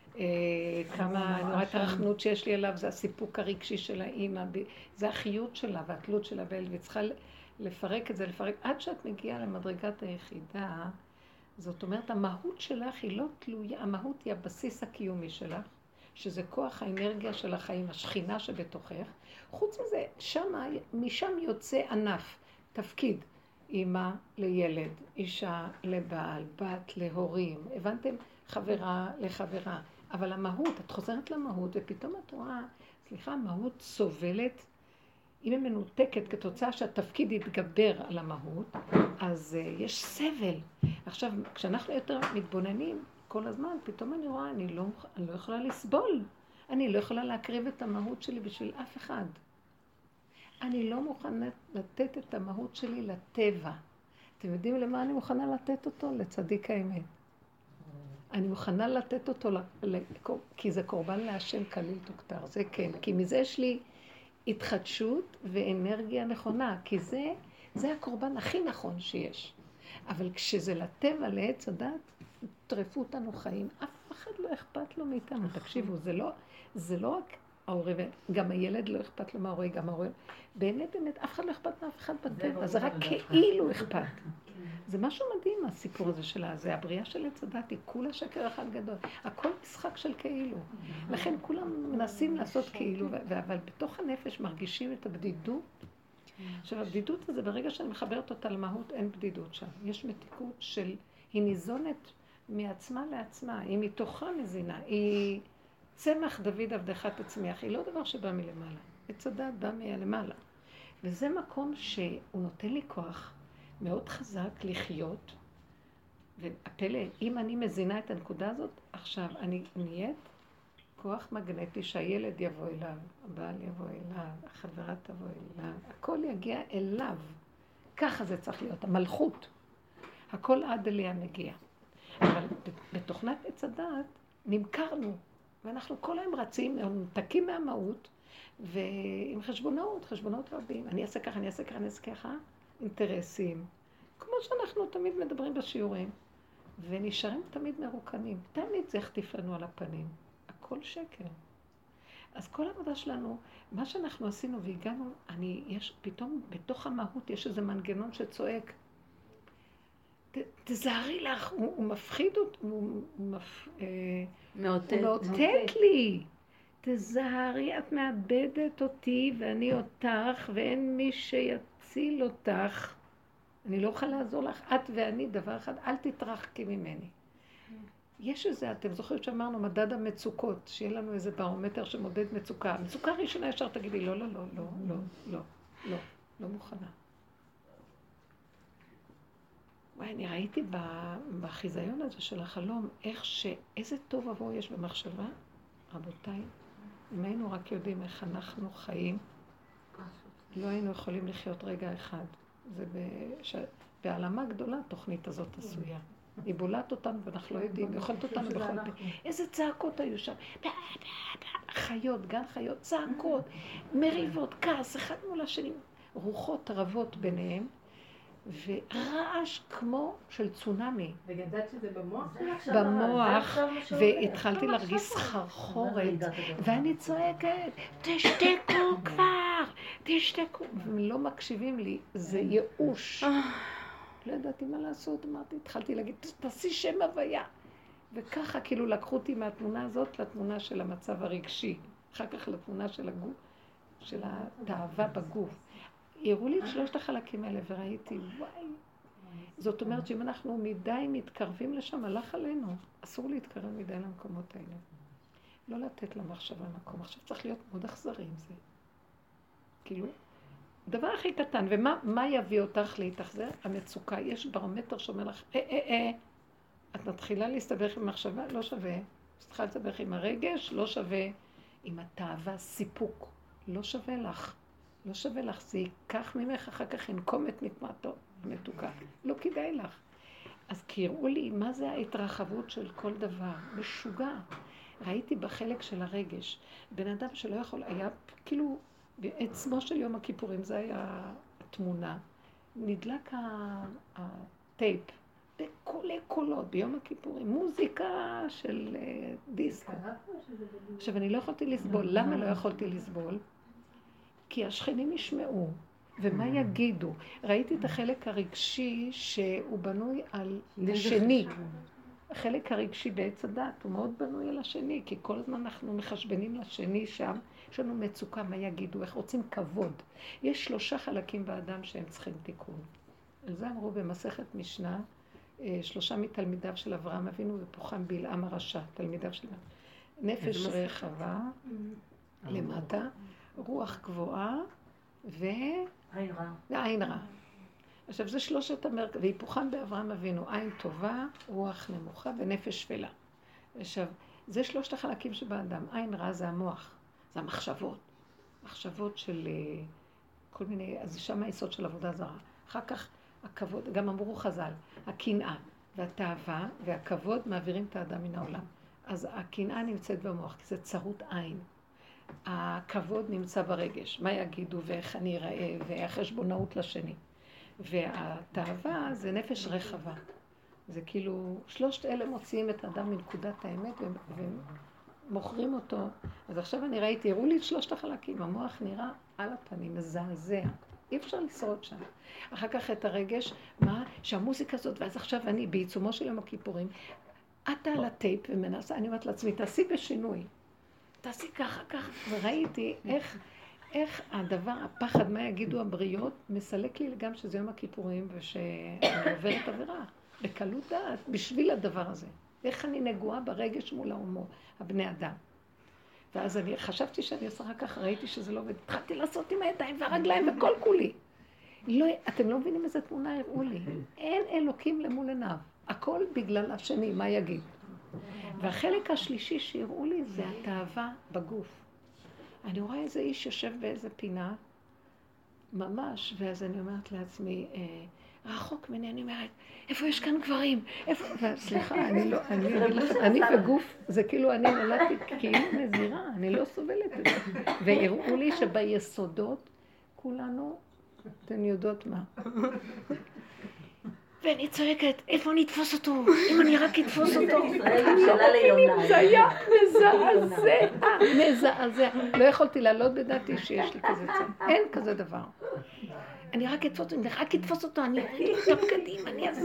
כמה אני רואה את הרחמנות שיש לי אליו, זה הסיפוק הרגשי של האמא, זה החיות שלה והתלות שלה בילד, וצריכה לפרק את זה, לפרק, עד שאת מגיעה למדרגת היחידה, זאת אומרת המהות שלך היא לא תלויה, המהות היא הבסיס הקיומי שלך, שזה כוח האנרגיה של החיים, השכינה שבתוכך. חוץ מזה, שמה, משם יוצא ענף, תפקיד, אמא לילד, אישה לבעל, בת להורים, הבנתם? חברה לחברה. אבל המהות, את חוזרת למהות, ופתאום את רואה, סליחה, המהות סובלת, אם היא מנותקת כתוצאה שהתפקיד יתגבר על המהות, אז uh, יש סבל. עכשיו, כשאנחנו יותר מתבוננים, כל הזמן, פתאום אני רואה, אני לא, אני לא יכולה לסבול. אני לא יכולה להקריב את המהות שלי בשביל אף אחד. אני לא מוכנה לתת את המהות שלי לטבע. אתם יודעים למה אני מוכנה לתת אותו? לצדיק האמת. אני מוכנה לתת אותו, כי זה קורבן להשם כליל תוכתר, זה כן. כי מזה יש לי התחדשות ואנרגיה נכונה, כי זה, זה הקורבן הכי נכון שיש. אבל כשזה לטבע, לעץ הדת, טרפו אותנו חיים, אף אחד לא אכפת לו מאיתנו. תקשיבו, זה לא, זה לא רק ההורה, גם הילד לא אכפת לו מההורה, גם ההורה. באמת, באמת, אף אחד לא אכפת מאף אחד בטבע, זה רק כאילו אכפת. זה משהו מדהים, הסיפור הזה שלה, זה הבריאה של עץ הדת, היא כולה שקר אחד גדול. הכל משחק של כאילו. לכן כולם מנסים לעשות כאילו, אבל בתוך הנפש מרגישים את הבדידות. עכשיו, הבדידות הזה, ברגע שאני מחברת אותה למהות, אין בדידות שם. יש מתיקות של, היא ניזונת מעצמה לעצמה, היא מתוכה מזינה, היא צמח דוד עבדך תצמיח, היא לא דבר שבא מלמעלה. עץ הדת בא מלמעלה. וזה מקום שהוא נותן לי כוח מאוד חזק לחיות, והפלא, אם אני מזינה את הנקודה הזאת, עכשיו אני נהיית כוח מגנטי שהילד יבוא אליו, הבעל יבוא אליו, החברה תבוא אליו, הכל יגיע אליו. ככה זה צריך להיות, המלכות. הכל עד אליה מגיע. אבל בתוכנת עץ הדעת נמכרנו, ואנחנו כל היום רצים, נתקים מהמהות, ועם חשבונות, חשבונות רבים. אני אעשה ככה, אני אעשה ככה, אני אעשה ככה, אינטרסים. כמו שאנחנו תמיד מדברים בשיעורים, ונשארים תמיד מרוקנים. תמיד זה יחטיף לנו על הפנים. הכל שקר. אז כל העבודה שלנו, מה שאנחנו עשינו והגענו, אני, יש, פתאום בתוך המהות יש איזה מנגנון שצועק, ת, תזהרי לך, הוא, הוא מפחיד אותי, הוא, הוא, מפ, אה, מאותת, הוא מאותת לי. תזהרי, את מאבדת אותי ואני אותך, ואין מי שיציל אותך. אני לא אוכל לעזור לך, את ואני דבר אחד, אל תתרחקי ממני. יש איזה, אתם זוכרים שאמרנו, מדד המצוקות, שיהיה לנו איזה ברומטר שמודד מצוקה. המצוקה הראשונה ישר תגידי, לא, לא, לא, לא, לא, לא, לא, לא מוכנה. וואי, אני ראיתי בחיזיון הזה של החלום, איך ש... איזה טוב עבור יש במחשבה, רבותיי, אם היינו רק יודעים איך אנחנו חיים, לא היינו יכולים לחיות רגע אחד. זה בש... בעלמה גדולה התוכנית הזאת עשויה. היא בולעת אותנו ואנחנו לא יודעים, היא אוכלת אותנו בכל פה. איזה צעקות היו שם. חיות, גן חיות, צעקות, מריבות, כעס, אחד מול השני, רוחות רבות ביניהם, ורעש כמו של צונמי. וגדלת שזה במוח? במוח, והתחלתי להרגיש סחרחורת, ואני צועקת, תשתקו כבר, תשתקו. והם לא מקשיבים לי, זה ייאוש. לא ידעתי מה לעשות, אמרתי, התחלתי להגיד, תעשי שם הוויה. וככה כאילו לקחו אותי מהתמונה הזאת לתמונה של המצב הרגשי, אחר כך לתמונה של הגוף, של התאווה בגוף. הראו לי את שלושת החלקים האלה וראיתי, וואי. זאת אומרת שאם אנחנו מדי מתקרבים לשם, הלך עלינו. אסור להתקרב מדי למקומות האלה. לא לתת למחשבה מקום. עכשיו צריך להיות מאוד אכזרי עם זה. כאילו, דבר הכי קטן, ומה מה יביא אותך להתאכזר? המצוקה. יש ברומטר שאומר לך, אה, אה, אה, את מתחילה להסתבך עם מחשבה, לא שווה. צריכה להסתבך עם הרגש, לא שווה. עם התאווה, סיפוק, לא שווה לך. לא שווה לך, זה ייקח ממך אחר כך ינקום את נקמתו המתוקה. לא כדאי לך. אז קראו לי, מה זה ההתרחבות של כל דבר? משוגע. ראיתי בחלק של הרגש, בן אדם שלא יכול, היה כאילו, בעצמו של יום הכיפורים, זה היה התמונה, נדלק הטייפ, בקולי קולות, ביום הכיפורים, מוזיקה של דיסקו. עכשיו, אני לא יכולתי לסבול. למה לא יכולתי לסבול? כי השכנים ישמעו, ומה יגידו? ראיתי את החלק הרגשי שהוא בנוי על השני. החלק הרגשי בעץ הדת הוא מאוד בנוי על השני, כי כל הזמן אנחנו מחשבנים לשני שם, יש לנו מצוקה, מה יגידו, איך רוצים כבוד. יש שלושה חלקים באדם שהם צריכים תיקון. על זה אמרו במסכת משנה, שלושה מתלמידיו של אברהם אבינו ופוחם בלעם הרשע, תלמידיו של נפש רחבה, למטה, רוח גבוהה ועין רע. עכשיו זה שלושת המרכז, והיפוכם באברהם אבינו, עין טובה, רוח נמוכה ונפש שפלה. עכשיו, זה שלושת החלקים שבאדם. עין רע זה המוח, זה המחשבות. מחשבות של כל מיני, אז שם היסוד של עבודה זרה. אחר כך הכבוד, גם אמרו חז"ל, הקנאה והתאווה והכבוד מעבירים את האדם מן העולם. אז הקנאה נמצאת במוח, כי זה צרות עין. הכבוד נמצא ברגש, מה יגידו ואיך אני אראה, והחשבונאות לשני. והתאווה זה נפש רחבה. זה כאילו, שלושת אלה מוציאים את האדם מנקודת האמת ומוכרים אותו. אז עכשיו אני ראיתי, הראו לי את שלושת החלקים, המוח נראה על הפנים, מזעזע. אי אפשר לשרוד שם. אחר כך את הרגש, מה? שהמוזיקה הזאת, ואז עכשיו אני בעיצומו של יום הכיפורים, אתה על הטייפ ומנסה, אני אומרת לעצמי, תעשי בשינוי. תעשי ככה, ככה. וראיתי איך, איך הדבר, הפחד, מה יגידו הבריות, מסלק לי גם שזה יום הכיפורים ושאני עוברת עבירה. בקלות דעת, בשביל הדבר הזה. איך אני נגועה ברגש מול ההומו, הבני אדם. ואז אני חשבתי שאני עושה רק ככה, ראיתי שזה לא עובד. התחלתי לעשות עם הידיים והרגליים וכל כולי. לא, אתם לא מבינים איזה תמונה הראו לי. אין אלוקים למול עיניו. הכל בגלל השני, מה יגיד? והחלק השלישי שהראו לי זה התאווה בגוף. אני רואה איזה איש יושב באיזה פינה, ממש, ואז אני אומרת לעצמי, אה, רחוק ממני, אני אומרת, איפה יש כאן גברים? איפה? סליחה, אני לא, אני אגיד לכם, אני בגוף, זה כאילו אני נולדתי כאילו נזירה, אני לא סובלת את זה. והראו לי שביסודות כולנו, אתן יודעות מה. ואני צועקת, איפה נתפוס אותו? אם אני רק אתפוס אותו. זה היה מזעזע, מזעזע. לא יכולתי לעלות בדעתי שיש לי כזה צד. אין כזה דבר. אני רק אתפוס אותו, אני רק אתפוס אותו, אני אראה את הבגדים, אני אעשה.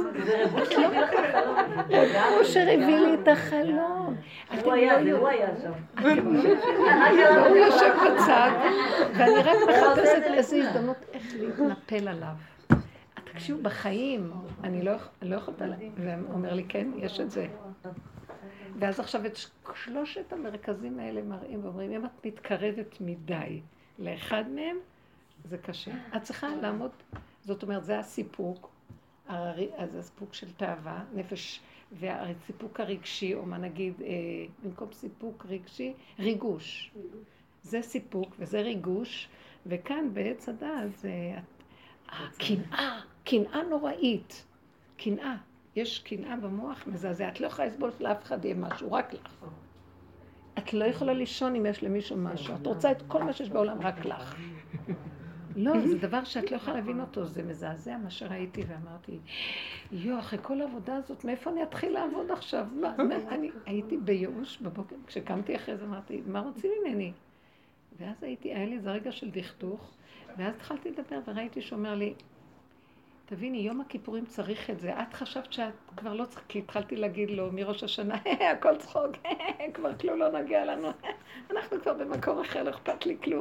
הוא שהביא לי את החלום. הוא היה, זה הוא היה שם. הוא יושב בצד, ואני רק מחפשת איזו הזדמנות איך להתנפל עליו. תקשיבו, בחיים, אני לא יכולת עליו, והם אומר לי, כן, יש את זה. ואז עכשיו את שלושת המרכזים האלה מראים ואומרים, אם את מתקרבת מדי לאחד מהם, זה קשה. את צריכה לעמוד, זאת אומרת, זה הסיפוק, אז הסיפוק של תאווה, נפש, והסיפוק הרגשי, או מה נגיד, במקום סיפוק רגשי, ריגוש. זה סיפוק וזה ריגוש, וכאן בעץ הדעת זה הקנאה, קנאה נוראית, קנאה. יש קנאה במוח מזעזע, את לא יכולה לסבול לאף אחד יהיה משהו, רק לך. את לא יכולה לישון אם יש למישהו משהו, את רוצה את כל מה שיש בעולם רק לך. לא, זה דבר שאת לא יכולה להבין אותו, זה מזעזע מה שראיתי ואמרתי, יו, אחרי כל העבודה הזאת, מאיפה אני אתחיל לעבוד עכשיו? מה, אני הייתי בייאוש בבוקר, כשקמתי אחרי זה אמרתי, מה רוצים ממני? ואז הייתי, היה לי איזה רגע של דכדוך, ואז התחלתי לדבר וראיתי שאומר לי, תביני, יום הכיפורים צריך את זה. את חשבת שאת כבר לא צריך, כי התחלתי להגיד לו מראש השנה, הכל צחוק, כבר כלום לא נגיע לנו. אנחנו כבר במקור אחר, לא אכפת לי כלום.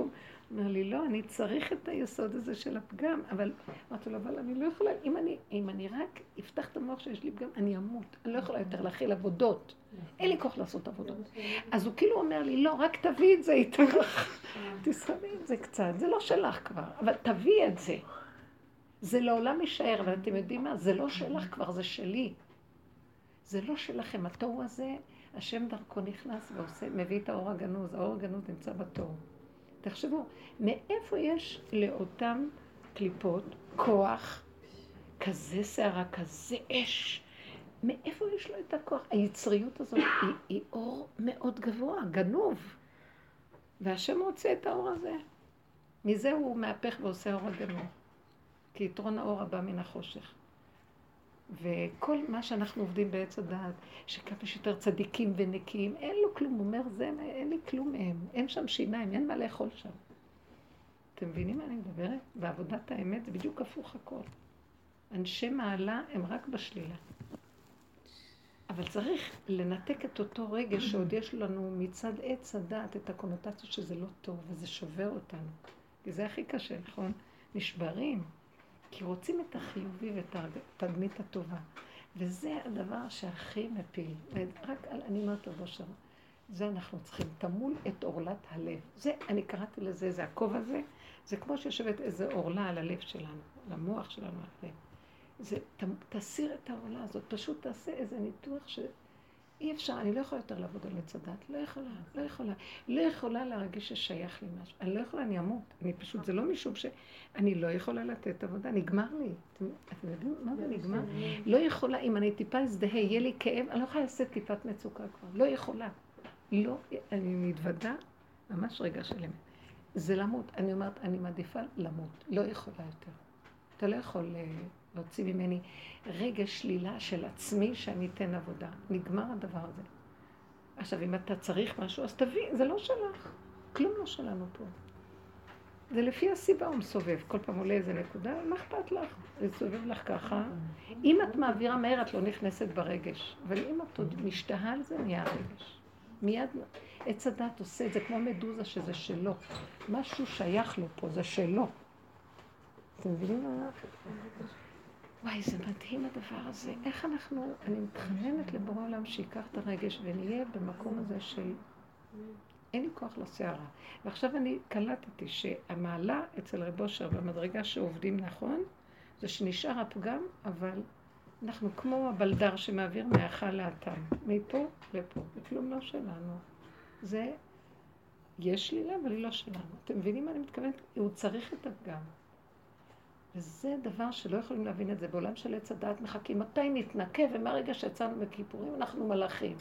אומר לי, לא, אני צריך את היסוד הזה של הפגם, אבל אמרתי לו, אבל אני לא יכולה, אם אני, אם אני רק אפתח את המוח שיש לי פגם, אני אמות. אני לא יכולה יותר להכיל עבודות. אין לי כוח לעשות עבודות. אז הוא כאילו אומר לי, לא, רק תביא את זה איתך. תשמי את זה קצת, זה לא שלך כבר, אבל תביא את זה. זה לעולם יישאר, אבל אתם יודעים מה? זה לא שלך כבר, זה שלי. זה לא שלכם. התוהו הזה, השם דרכו נכנס ועושה, מביא את האור הגנוז. האור הגנוז נמצא בתוהו. תחשבו, מאיפה יש לאותם קליפות כוח, כזה שערה, כזה אש? מאיפה יש לו את הכוח? היצריות הזאת היא, היא אור מאוד גבוה, גנוב. והשם רוצה את האור הזה. מזה הוא מהפך ועושה אור הגנוב. כי יתרון האור הבא מן החושך. וכל מה שאנחנו עובדים בעץ הדעת, שכמה שיותר צדיקים ונקיים, אין לו כלום. הוא אומר, זה, אין לי כלום מהם. אין שם שיניים, אין מה לאכול שם. אתם מבינים מה אני מדברת? בעבודת האמת זה בדיוק הפוך הכל. אנשי מעלה הם רק בשלילה. אבל צריך לנתק את אותו רגע שעוד יש לנו מצד עץ הדעת את הקונוטציה שזה לא טוב, וזה שובר אותנו. כי זה הכי קשה, נכון? נשברים. כי רוצים את החיובי ואת התדמית הטובה. וזה הדבר שהכי מפיל. רק על, אני אומרת לבוא שם. זה אנחנו צריכים. תמול את אורלת הלב. זה, אני קראתי לזה, זה הכובע הזה. זה כמו שיושבת איזו אורלה על הלב שלנו, למוח שלנו על הלב. זה, ת, תסיר את העולה הזאת. פשוט תעשה איזה ניתוח שאי אפשר, אני לא יכולה יותר לעבוד על עץ הדת. לא יכולה, לא יכולה. לא יכולה להרגיש ששייך לי משהו. אני לא יכולה, אני אמות. אני פשוט, זה לא משום שאני לא יכולה לתת עבודה. נגמר לי. אתם, אתם יודעים מה זה נגמר? לא יכולה, אם אני טיפה אזדהה, יהיה לי כאב, אני לא יכולה לעשות טיפת מצוקה כבר. לא יכולה. לא, אני מתוודה, ממש רגע של אמת. זה למות. אני אומרת, אני מעדיפה למות. לא יכולה יותר. אתה לא יכול להוציא ממני רגע שלילה של עצמי שאני אתן עבודה. נגמר הדבר הזה. עכשיו, אם אתה צריך משהו, אז תביא, זה לא שלך. כלום לא שלנו פה. זה לפי הסיבה הוא מסובב. כל פעם עולה איזה נקודה, מה אכפת לך? זה סובב לך ככה. אם את מעבירה מהר, את לא נכנסת ברגש. אבל אם את עוד משתהה על זה, נהיה הרגש. מיד, עץ הדת עושה את זה כמו מדוזה שזה שלו. משהו שייך לו פה, זה שלו. אתם מבינים מה? וואי, זה מדהים הדבר הזה. איך אנחנו, אני מתחננת לבורא עולם שיקח את הרגש ונהיה במקום הזה של אין לי כוח לסערה. ועכשיו אני קלטתי שהמעלה אצל רב אושר במדרגה שעובדים נכון, זה שנשאר הפגם, אבל אנחנו כמו הבלדר שמעביר מהאכל לאטם, מפה לפה, וכלום לא שלנו. זה, יש שלילה, אבל היא לא שלנו. אתם מבינים מה אני מתכוונת? הוא צריך את הפגם. וזה דבר שלא יכולים להבין את זה. בעולם של עץ הדעת מחכים, מתי נתנקה, ומהרגע שיצאנו בכיפורים אנחנו מלאכים.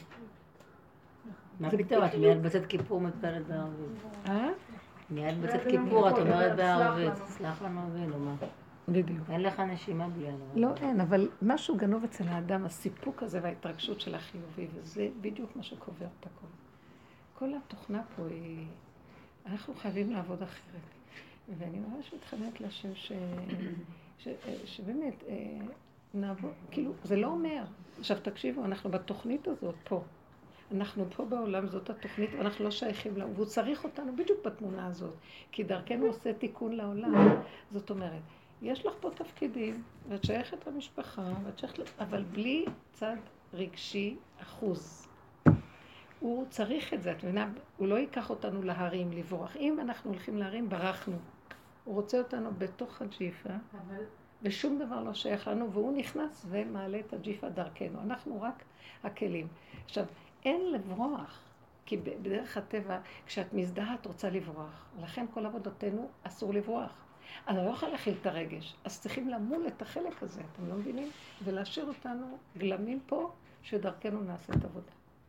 מה פתאום? את מיד בצאת כיפור מתפלת בערבית. אה? מיד בצאת כיפור, את אומרת בערבית. סלח לנו אבינו, מה? בדיוק. אין לך נשימה בלי הדבר. לא, אין, אבל משהו גנוב אצל האדם, הסיפוק הזה וההתרגשות של החיובי, וזה בדיוק מה שקובר את הכל. כל התוכנה פה היא... אנחנו חייבים לעבוד אחרת. ואני ממש מתחננת לשם ש... ש... שבאמת נעבוד, כאילו, זה לא אומר. עכשיו תקשיבו, אנחנו בתוכנית הזאת פה. אנחנו פה בעולם, זאת התוכנית, ואנחנו לא שייכים לה, והוא צריך אותנו בדיוק בתמונה הזאת, כי דרכנו עושה תיקון לעולם. זאת אומרת, יש לך פה תפקידים, ואת שייכת למשפחה, ואת שייכת... אבל בלי צד רגשי אחוז. הוא צריך את זה, את מבינה? הוא לא ייקח אותנו להרים, לברוח. אם אנחנו הולכים להרים, ברחנו. הוא רוצה אותנו בתוך הג'יפה, אבל... ושום דבר לא שייך לנו, והוא נכנס ומעלה את הג'יפה דרכנו. אנחנו רק הכלים. עכשיו, אין לברוח, כי בדרך הטבע, כשאת מזדהה, את רוצה לברוח. ולכן כל עבודתנו אסור לברוח. אני לא יכולה להכיל את הרגש, אז צריכים למול את החלק הזה, אתם לא מבינים? ולהשאיר אותנו גלמים פה, שדרכנו נעשה את עבודה.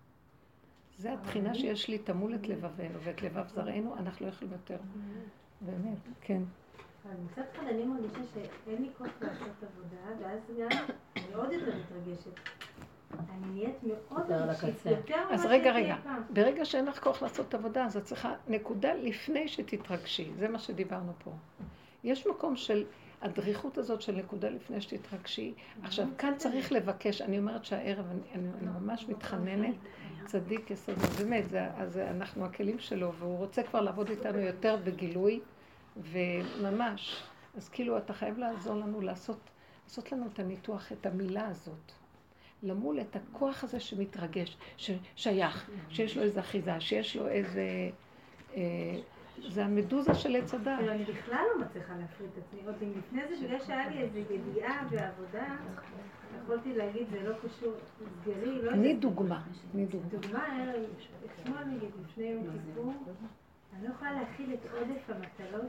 זה התחינה שיש לי, תמול את לבבנו ואת לבב זרענו, אנחנו לא יכולים יותר. באמת, כן. מצד אחד אני מרגישה שאין לי כוח לעשות עבודה, ואז גם אני עוד יותר מתרגשת. אני נהיית מאוד רגשית, יותר ממה אז רגע, רגע, ברגע שאין לך כוח לעשות עבודה, אז את צריכה נקודה לפני שתתרגשי, זה מה שדיברנו פה. יש מקום של הדריכות הזאת של נקודה לפני שתתרגשי. עכשיו, כאן צריך לבקש, אני אומרת שהערב, אני, אני, אני ממש מתחננת, צדיק יסוד, באמת, זה, אז אנחנו הכלים שלו, והוא רוצה כבר לעבוד איתנו יותר בגילוי, וממש, אז כאילו אתה חייב לעזור לנו לעשות, לעשות לנו את הניתוח, את המילה הזאת. למול את הכוח הזה שמתרגש, ששייך, שיש לו איזו אחיזה, שיש לו איזה... אה, זה המדוזה של עץ הדת. אני בכלל לא מצליחה להפריד את עצמי. עוד לפני זה, בגלל שהיה לי איזו ידיעה ועבודה, יכולתי להגיד, זה לא קשור, סגרי, לא... אני דוגמה. אני דוגמה. דוגמה, אתמול נגיד, לפני יום כיפור, אני לא יכולה להכיל את עודף המטלות.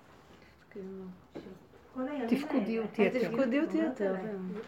תפקודיות יתר. תפקודיות יתר.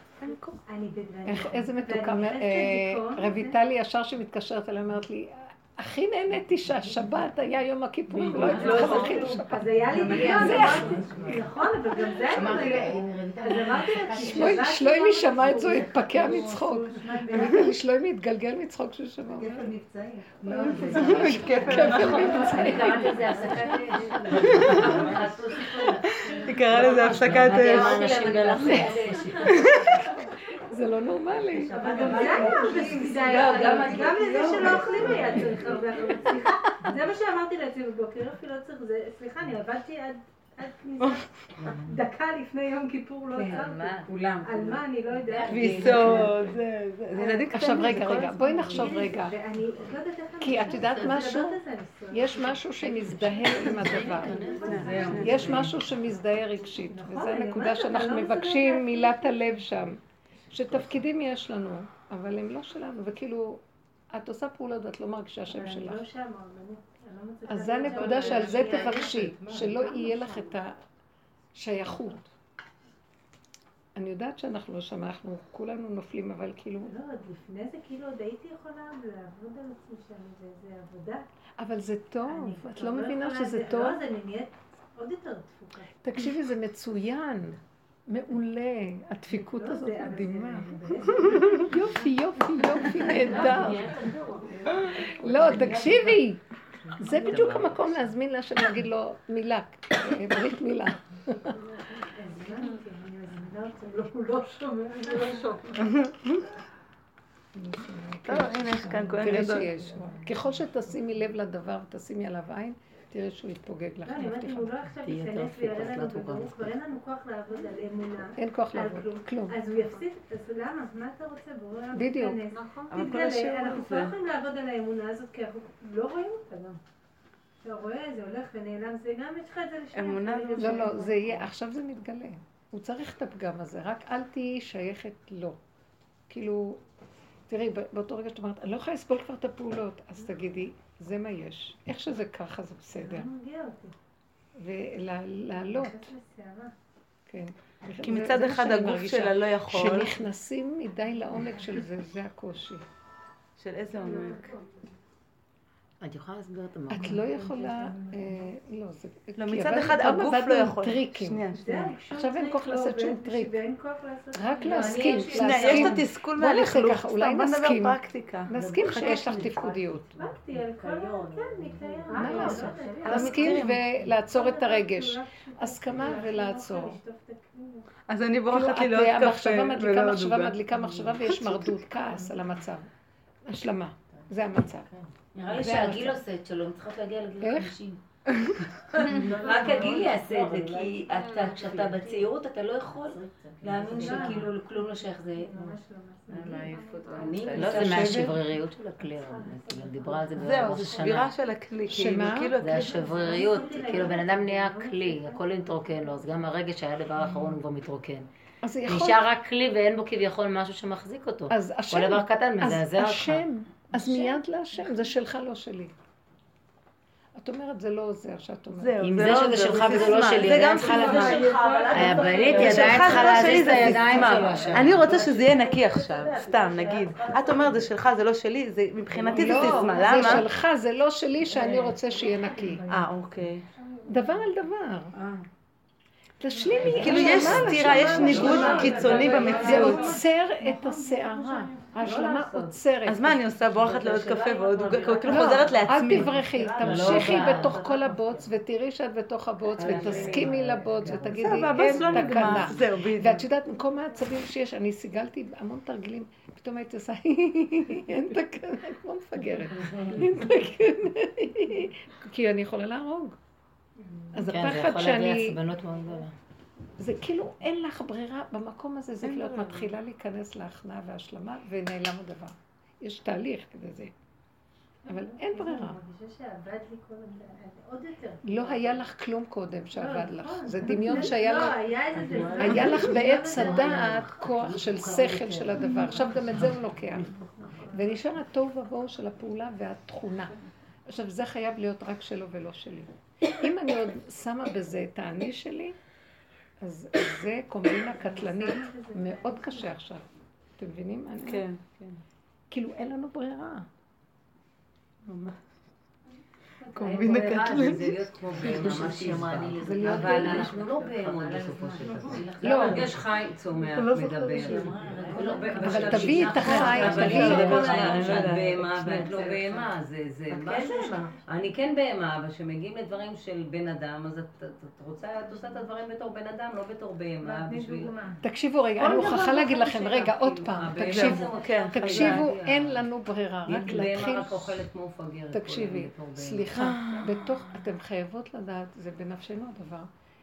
איזה מתוקה. רויטלי ישר שמתקשרת אליי, אומרת לי, הכי נהניתי שהשבת היה יום הכיפורים, ולא הצליחה להכיל שבת. אז היה לי דמיון, נכון, אבל גם זה היה לי. שלוימי שמע את זה, התפקע מצחוק. שלוימי התגלגל מצחוק שהוא שמע. כפל מבצעים. כפל מבצעים. אני קראתי לזה הפסקת אש. היא קראה לזה הפסקת אש. זה לא נורמלי. אבל גם זה היה, גם לזה שלא אוכלים היה צריך הרבה הרבה, סליחה, זה מה שאמרתי לעצמי בבוקר, אפילו לא צריך, סליחה, אני עבדתי עד כניסה, דקה לפני יום כיפור לא עצרתי. על מה, אני לא יודעת. כביסות, זה, זה, זה ילדים קטנים. עכשיו רגע, רגע, בואי נחשוב רגע. כי את יודעת משהו? יש משהו שמזדהה עם הדבר. יש משהו שמזדהה רגשית, וזו הנקודה שאנחנו מבקשים מילת הלב שם. שתפקידים יש לנו, אבל הם לא שלנו, וכאילו, את עושה פעולות ואת לא מרגישה השם שלך. אני לא שם, אז זה הנקודה שעל זה תבקשי, שלא יהיה לך את השייכות. אני יודעת שאנחנו לא שם, אנחנו כולנו נופלים, אבל כאילו... לא, עוד לפני זה כאילו עוד הייתי יכולה לעבוד על עצמי שם, זה עבודה. אבל זה טוב, את לא מבינה שזה טוב? לא, זה נהיית עוד יותר דפוקה. תקשיבי, זה מצוין. מעולה, הדפיקות הזאת מדהימה. יופי, יופי, יופי, נהדר. לא, תקשיבי. זה בדיוק המקום להזמין לה להגיד לו מילה, ברית מילה. הוא לא שומע, הוא לא שומע. טוב, הנה יש כאן כהן תראי גדול. שיש. ככל שתשימי לב לדבר ותשימי עליו עין, תראי שהוא יתפוגג לך. לא, אני אומרת, אם הוא לא עכשיו ייכנס ויראה לנו בברוך, כבר אין לנו כוח לעבוד על אמונה. אין כוח לעבוד, כלום. אז הוא יפסיק, אז למה? מה אתה רוצה? בדיוק. אבל כל השיעור אנחנו הזה. לא יכולים לעבוד על האמונה הזאת, כי אנחנו לא רואים אותה גם. אתה רואה, זה הולך ונעלם, זה גם יש לך את זה לשמוע. אמונה לא, לא, זה יהיה, עכשיו זה מתגלה. הוא צריך את הפגם הזה, רק אל תהיי שייכת לו. כאילו, תראי, באותו רגע שאת אומרת, אני לא יכולה לסבול כבר את הפעולות, אז תגידי, זה מה יש. איך שזה ככה זה בסדר. ולעלות. כן. כי מצד אחד הגוף שלה לא יכול. שנכנסים מדי לעומק של זה, זה הקושי. של איזה עומק? את יכולה להסביר את המקום? את לא יכולה, לא, זה... לא, מצד אחד הגוף לא יכול. טריקים. שנייה, שנייה. עכשיו אין כוח לעשות שום טריק. רק להסכים. שנייה, יש את התסכול מהלכלוך. אולי נסכים. פרקטיקה. נסכים שיש לך תפקודיות. מה לעשות? נסכים ולעצור את הרגש. הסכמה ולעצור. אז אני בורחת לי לעוד קפה המחשבה מדליקה מחשבה מדליקה מחשבה ויש מרדות, כעס על המצב. השלמה. זה המצב. נראה לי שהגיל עושה את שלו, צריכות להגיע לגיל חמישים. רק הגיל יעשה את זה, כי כשאתה בצעירות אתה לא יכול להאמין שכאילו כלום לא שייך, זה לא, זה מהשבריריות של הכלי, דיברה על זה בראש השנה. זהו, זה שבירה של הכלי. שמה? זה השבריריות, כאילו בן אדם נהיה כלי, הכל מתרוקן לו, אז גם הרגש שהיה דבר האחרון הוא כבר מתרוקן. נשאר רק כלי ואין בו כביכול משהו שמחזיק אותו. כל דבר קטן מזעזע אותך. אז השם, אז מיד להשם, זה שלך לא שלי. את אומרת, זה לא עוזר שאת אומרת. אם זה שזה שלך וזה לא שלי, זה גם צריכה שלך. הבנית ידיים צריכה להזיז את הידיים שלו. אני רוצה שזה יהיה נקי עכשיו, סתם, נגיד. את אומרת, זה שלך, זה לא שלי, מבחינתי זה סיסמה, למה? לא, זה שלך, זה לא שלי שאני רוצה שיהיה נקי. אה, אוקיי. דבר על דבר. תשלימי. כאילו יש סתירה, יש ניגוד קיצוני במציאות. זה עוצר את השערה. ההשלמה עוצרת. אז מה אני עושה? בורחת לעוד קפה ועוד, כאילו חוזרת לעצמי. אל תברחי, תמשיכי בתוך כל הבוץ, ותראי שאת בתוך הבוץ, ותסכימי לבוץ, ותגידי, אין תקנה. ואת יודעת, במקום העצבים שיש, אני סיגלתי המון תרגילים, פתאום הייתי עושה, אין תקנה, כמו מפגרת. אין תקנה. כי אני יכולה להרוג. אז הפחד שאני... כן, זה יכול להביא עצבנות מאוד גדולה. זה כאילו אין לך ברירה, במקום הזה זה כאילו את מתחילה להיכנס להכנעה והשלמה ונעלם הדבר. יש תהליך כזה זה. אבל אין ברירה. אני חושב שעבד לי כל עוד יותר. לא היה לך כלום קודם שעבד לך. זה דמיון שהיה לך. לא, היה איזה... היה לך בעץ הדעת כוח של שכל של הדבר. עכשיו גם את זה הוא לוקח. ונשאר הטוב ובואו של הפעולה והתכונה. עכשיו זה חייב להיות רק שלו ולא שלי. אם אני עוד שמה בזה את האני שלי, אז זה קומבינה קטלנית, מאוד קשה עכשיו. אתם מבינים? כן, כן. כאילו אין לנו ברירה. קומבינה קטלנית. זה להיות כמו בהמה, מה שהיא אמרה לי לזה. אבל אנחנו לא בהמות בסופו של דבר. לא. יש חי צומח, מדבר. אבל תביאי את החי, תביאי את החי. שאת בהמה ואת לא בהמה, זה משהו. אני כן בהמה, אבל כשמגיעים לדברים של בן אדם, אז את רוצה, את עושה את הדברים בתור בן אדם, לא בתור בהמה. תקשיבו רגע, אני מוכרחה להגיד לכם, רגע, עוד פעם, תקשיבו, תקשיבו, אין לנו ברירה, רק להתחיל. בהמה רק אוכלת כמו מפגרת. תקשיבי, סליחה, בתוך, אתם חייבות לדעת, זה בנפשנו הדבר,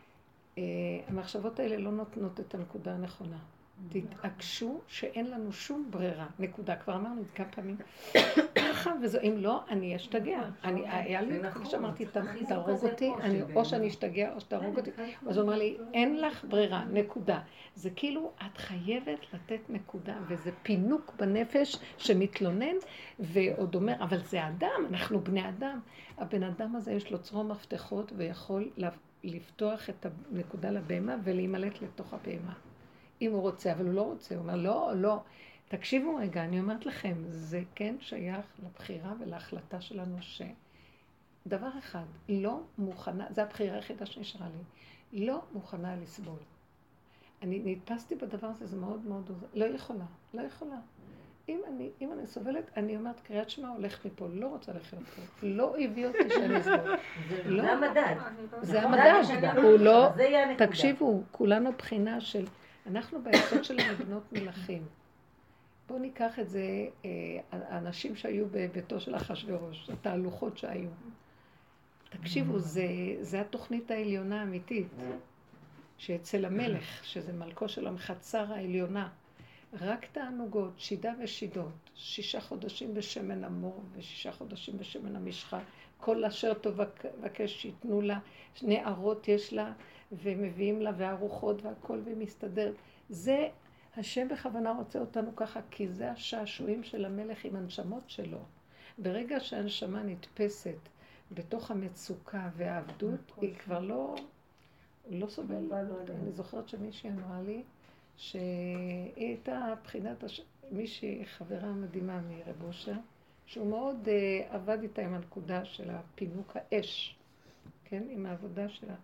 המחשבות האלה לא נותנות את הנקודה הנכונה. תתעקשו שאין לנו שום ברירה, נקודה. כבר אמרנו את כמה פעמים. ככה וזו, אם לא, אני אשתגע. אני, היה לי, כמו שאמרתי, תהרוג אותי, או שאני אשתגע או שתהרוג אותי. אז הוא אומר לי, אין לך ברירה, נקודה. זה כאילו, את חייבת לתת נקודה, וזה פינוק בנפש שמתלונן, ועוד אומר, אבל זה אדם, אנחנו בני אדם. הבן אדם הזה יש לו צרור מפתחות, ויכול לפתוח את הנקודה לבהמה, ולהימלט לתוך הבהמה. אם הוא רוצה, אבל הוא לא רוצה, הוא אומר, לא, לא. תקשיבו רגע, אני אומרת לכם, זה כן שייך לבחירה ולהחלטה שלנו שדבר אחד, לא מוכנה, זה הבחירה היחידה שנשארה לי, לא מוכנה לסבול. אני נתפסתי בדבר הזה, זה מאוד מאוד עוזר, לא יכולה, לא יכולה. אם אני, אם אני סובלת, אני אומרת, קריאת שמע הולך מפה, לא רוצה לחיות פה, לא הביא אותי שאני אסבול. זה המדד. זה המדד, הוא לא, תקשיבו, כולנו בחינה של... אנחנו ביסוד של בנות מלכים. בואו ניקח את זה, האנשים שהיו בביתו של אחשוורוש, התהלוכות שהיו. תקשיבו, זה, זה התוכנית העליונה האמיתית, שאצל המלך, שזה מלכו של המחצר העליונה, רק תענוגות, שידה ושידות, שישה חודשים בשמן המור ושישה חודשים בשמן המשחה, כל אשר תבקש שיתנו לה, נערות יש לה, ומביאים לה והרוחות והכל ומסתדר. זה, השם בכוונה רוצה אותנו ככה, כי זה השעשועים של המלך עם הנשמות שלו. ברגע שהנשמה נתפסת בתוך המצוקה והעבדות, היא כבר לא, לא סובלת. אני זוכרת שמישהי אמרה לי, שהיא הייתה בחינת, הש... מישהי חברה מדהימה מרב אושר, שהוא מאוד uh, עבד איתה עם הנקודה של הפינוק האש, כן? עם העבודה שלה.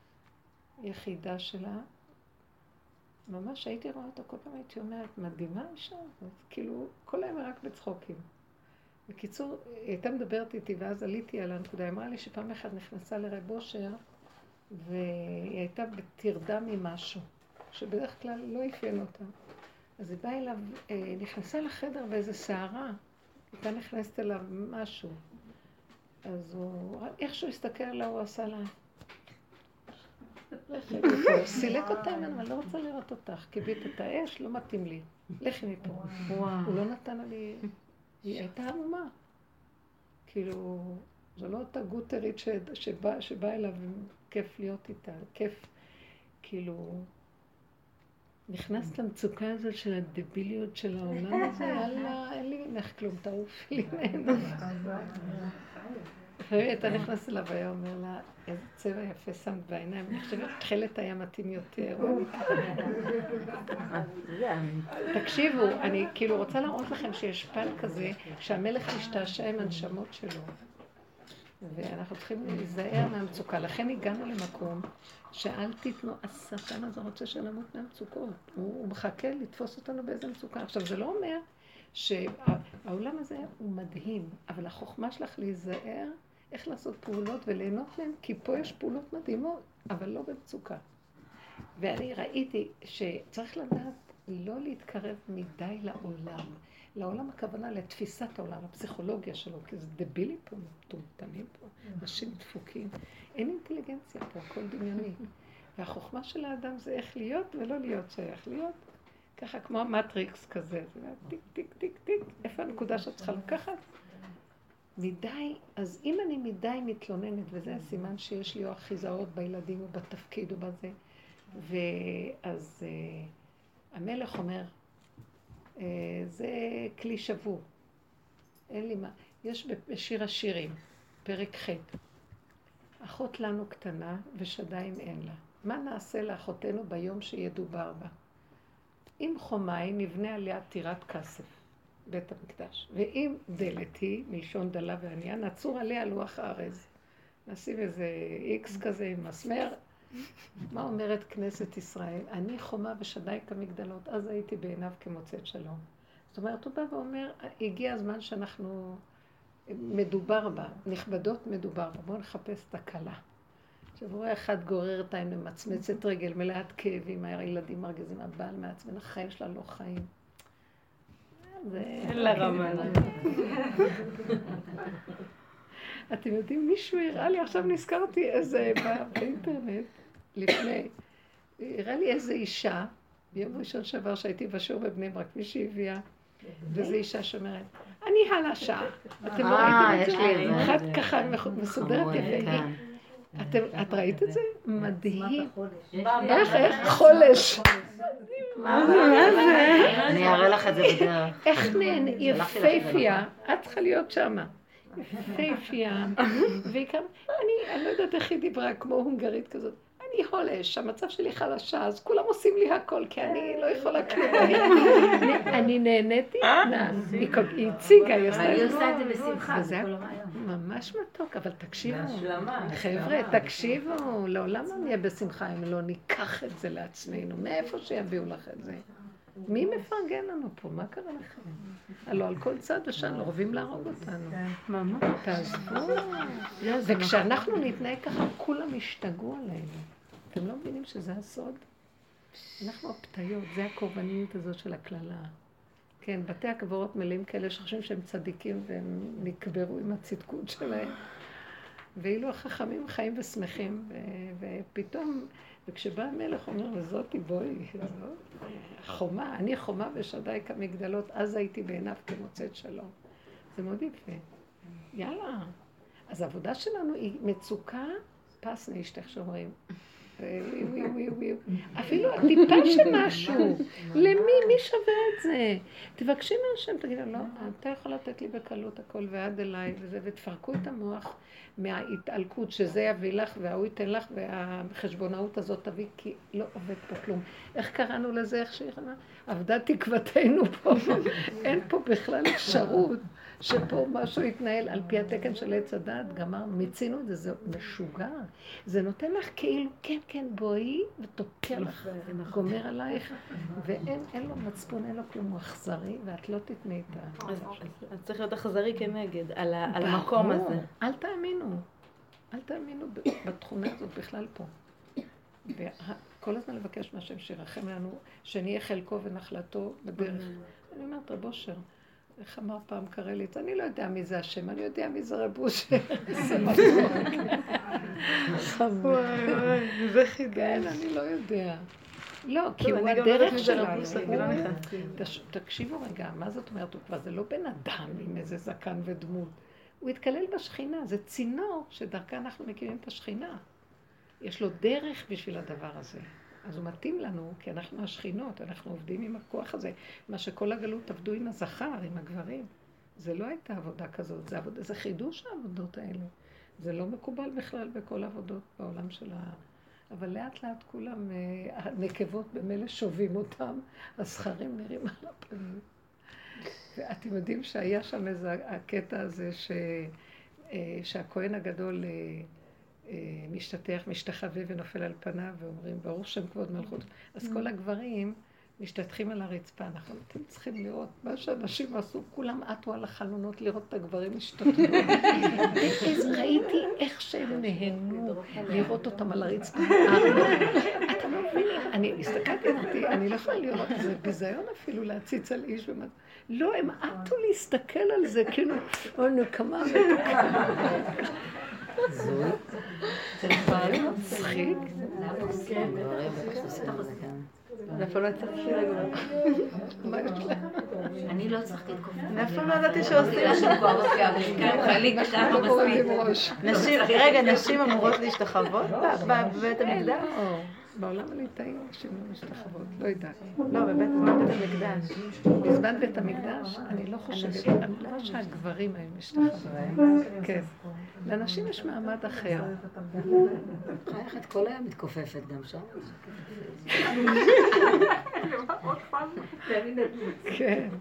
יחידה שלה, ממש הייתי רואה אותה, כל פעם הייתי אומרת, מדהימה אישה, כאילו, כל היום רק בצחוקים. בקיצור, היא הייתה מדברת איתי, ואז עליתי על הנקודה, היא אמרה לי שפעם אחת נכנסה לרב אושר, והיא הייתה בתרדה ממשהו, שבדרך כלל לא אפיין אותה. אז היא באה אליו, נכנסה לחדר באיזו שערה, הייתה נכנסת אליו משהו. אז הוא, איכשהו הסתכל עליה, הוא עשה לה, לכי מפה, סילק אותה ממנו, אני לא רוצה לראות אותך, כיבית את האש, לא מתאים לי, לכי מפה. הוא לא נתן לי, היא הייתה עמומה. כאילו, זו לא אותה גוטרית שבאה אליו, כיף להיות איתה, כיף, כאילו, נכנסת למצוקה הזאת של הדביליות של העולם הזה, יאללה, אין לי ממך כלום, תעופי לי ממנו. אחרי הייתה נכנסת אליו, היה אומר לה, איזה צבע יפה שמת בעיניים, אני חושבת, תחילת היה מתאים יותר. תקשיבו, אני כאילו רוצה להראות לכם שיש פן כזה, שהמלך משתעשע עם הנשמות שלו. ואנחנו צריכים להיזהר מהמצוקה. לכן הגענו למקום שאל תיתנו, השטן הזה רוצה שנמות מהמצוקות. הוא מחכה לתפוס אותנו באיזה מצוקה. עכשיו, זה לא אומר שהעולם הזה הוא מדהים, אבל החוכמה שלך להיזהר איך לעשות פעולות וליהנות מהן, כי פה יש פעולות מדהימות, אבל לא במצוקה. ואני ראיתי שצריך לדעת לא להתקרב מדי לעולם. לעולם הכוונה לתפיסת העולם, הפסיכולוגיה שלו, כי זה דבילי פה, מטומטמים פה, אנשים דפוקים. אין אינטליגנציה פה, הכל דמיוני. והחוכמה של האדם זה איך להיות ולא להיות שייך להיות. ככה כמו המטריקס כזה, זה טיק, טיק, טיק, טיק, איפה הנקודה שאת צריכה לקחת? מדי, אז אם אני מדי מתלוננת, וזה הסימן שיש לי או אחיזאות בילדים או בתפקיד או בזה, ואז uh, המלך אומר, uh, זה כלי שבור, אין לי מה, יש בשיר השירים, פרק ח', אחות לנו קטנה ושדיים אין לה, מה נעשה לאחותנו ביום שידובר בה? אם חומי נבנה עליה טירת כסף, בית המקדש, ואם דלת היא, מלשון דלה ועניה, נצור עליה לוח הארז. נשים איזה איקס כזה עם מסמר. מה אומרת כנסת ישראל? אני חומה ושדי כמגדלות, אז הייתי בעיניו כמוצאת שלום. זאת אומרת, הוא בא ואומר, הגיע הזמן שאנחנו מדובר בה, נכבדות מדובר בה, בואו נחפש את הקלה. עכשיו רואה אחד גורר את העין ומצמצת רגל, מלאת כאבים, הילדים מרגיזים, הבעל מעצבן, החיים שלה לא חיים. אין לה רמה. אתם יודעים, מישהו הראה לי, עכשיו נזכרתי איזה באינטרנט, לפני, הראה לי איזה אישה, ביום ראשון שעבר שהייתי בשיעור בבני ברק, מישהי הביאה, וזו אישה שאומרת, אני הלשה. אתם לא ראיתם את זה? אחת ככה מסודרת יפה. את ראית את זה? מדהים. איך, איך? חולש. מה זה? מה זה? אני אראה לך את זה בדרך. איך נהן, יפהפייה, את צריכה להיות שמה. יפהפייה. והיא כמה, אני לא יודעת איך היא דיברה, כמו הונגרית כזאת. אני הולש, המצב שלי חלשה, אז כולם עושים לי הכל, כי אני לא יכולה כלום. אני נהניתי, היא הציגה, היא עושה את זה בשמחה. וזה ממש מתוק, אבל תקשיבו, חבר'ה, תקשיבו, לעולם לא נהיה בשמחה אם לא ניקח את זה לעצמנו, מאיפה שיביאו לך את זה. מי מפרגן לנו פה? מה קרה לכם? הלוא על כל צד ושם אוהבים להרוג אותנו. ממש. תעזבו. וכשאנחנו נתנהג ככה, כולם ישתגעו עלינו. אתם לא מבינים שזה הסוד? אנחנו הפתיות, זה הקורבניות הזאת של הכללה. כן, בתי הקברות מלאים כאלה שחושבים שהם צדיקים והם נקברו עם הצדקות שלהם. ואילו החכמים חיים ושמחים, ופתאום, וכשבא המלך אומר, וזאתי בואי, חומה, אני חומה ושדי כמגדלות, אז הייתי בעיניו כמוצאת שלום. זה מאוד יפה. יאללה. אז העבודה שלנו היא מצוקה, פס נשתך שאומרים. ווי ווי ווי. אפילו הטיפה של משהו. למי? מי שווה את זה? תבקשי מהשם, תגידו, לא, אתה יכול לתת לי בקלות הכל ועד אליי וזה, ותפרקו את המוח מההתעלקות שזה יביא לך והוא ייתן לך והחשבונאות הזאת תביא, כי לא עובד פה כלום. איך קראנו לזה? איך שיחנה? עבדה תקוותנו פה. אין פה בכלל אפשרות שפה משהו יתנהל על פי התקן של עץ הדת, גמר, מיצינו את זה, זה משוגע. זה נותן לך כאילו, כן, כן, בואי, ותוקע לך, גומר עלייך, ואין לו מצפון, אין לו כלום, הוא אכזרי, ואת לא תתני איתה. אז צריך להיות אכזרי כנגד, על המקום הזה. אל תאמינו, אל תאמינו בתכונה הזאת בכלל פה. וכל הזמן לבקש מהשם שירחם לנו, שנהיה חלקו ונחלתו בדרך. אני אומרת, רב אושר, איך אמר פעם קרא לי, אני לא יודע מי זה השם, אני יודע מי זה רב אושר. חמור. זה חידש. כן, אני לא יודע. לא, כי הוא הדרך שלנו. תקשיבו רגע, מה זאת אומרת? הוא כבר זה לא בן אדם עם איזה זקן ודמות. הוא התקלל בשכינה, זה צינור שדרכה אנחנו מכירים את השכינה. יש לו דרך בשביל הדבר הזה. אז הוא מתאים לנו, כי אנחנו השכינות, אנחנו עובדים עם הכוח הזה. מה שכל הגלות עבדו עם הזכר, עם הגברים. זה לא הייתה עבודה כזאת, זה, עבודה, זה חידוש העבודות האלה. זה לא מקובל בכלל בכל העבודות בעולם של ה... אבל לאט לאט כולם, הנקבות במילא שובים אותם, הזכרים נראים על הפנים. ואתם יודעים שהיה שם איזה הקטע הזה שהכהן הגדול משתתח, משתחווה ונופל על פניו ואומרים ברוך שם כבוד מלכות. אז כל הגברים משתתחים על הרצפה. אנחנו אתם צריכים לראות מה שאנשים עשו, כולם עטו על החלונות לראות את הגברים משתתחו. ראיתי איך שהם נהנו לראות אותם על הרצפה. אתה לא מבינים, אני הסתכלתי, אמרתי, אני לא יכולה לראות, זה ביזיון אפילו להציץ על איש ומה. לא, הם עטו להסתכל על זה, כאילו, או נקמה ותוקה. זוי. זה לפעמים מצחיק. נפל לא צחקי רגע. אני לא צחקתי את כופר. נפל לא ידעתי שעושים נשים. רגע, נשים אמורות להשתחוות בבית המקדש? בעולם הליטאי נשים לא משתחוות, לא יודעת. לא, בבית המקדש. בזמן בית המקדש, אני לא חושבת, אני לא שהגברים היו משתחוות. כן. לאנשים יש מעמד אחר. חייכת כל היום מתכופפת גם שם. כן.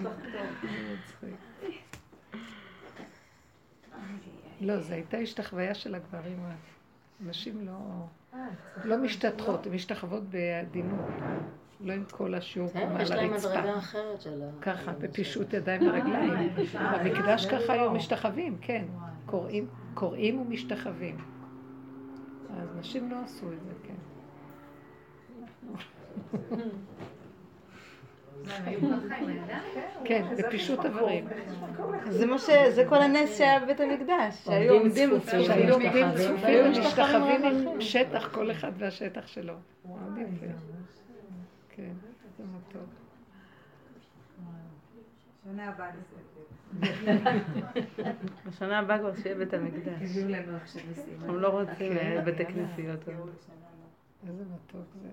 לא, זו הייתה השתחוויה של הגברים. נשים לא... לא משתתחות, הן משתחוות בעדינות, לא עם כל השיעור כמו על הרצפה. יש להם מדרגה אחרת של ה... ככה, בפישוט ידיים ורגליים. במקדש ככה היו משתחווים, כן. קוראים ומשתחווים. אז נשים לא עשו את זה, כן. כן, בפישוט הדברים. זה מה ש... זה כל הנס שהיה בבית המקדש. שהיו עומדים צפופים ומשתחווים עם שטח, כל אחד והשטח שלו. כן, זה מתוק. שנה הבאה בשנה הבאה כבר שיהיה בית המקדש. אנחנו לא רוצים בתי כנסיות. איזה מתוק זה.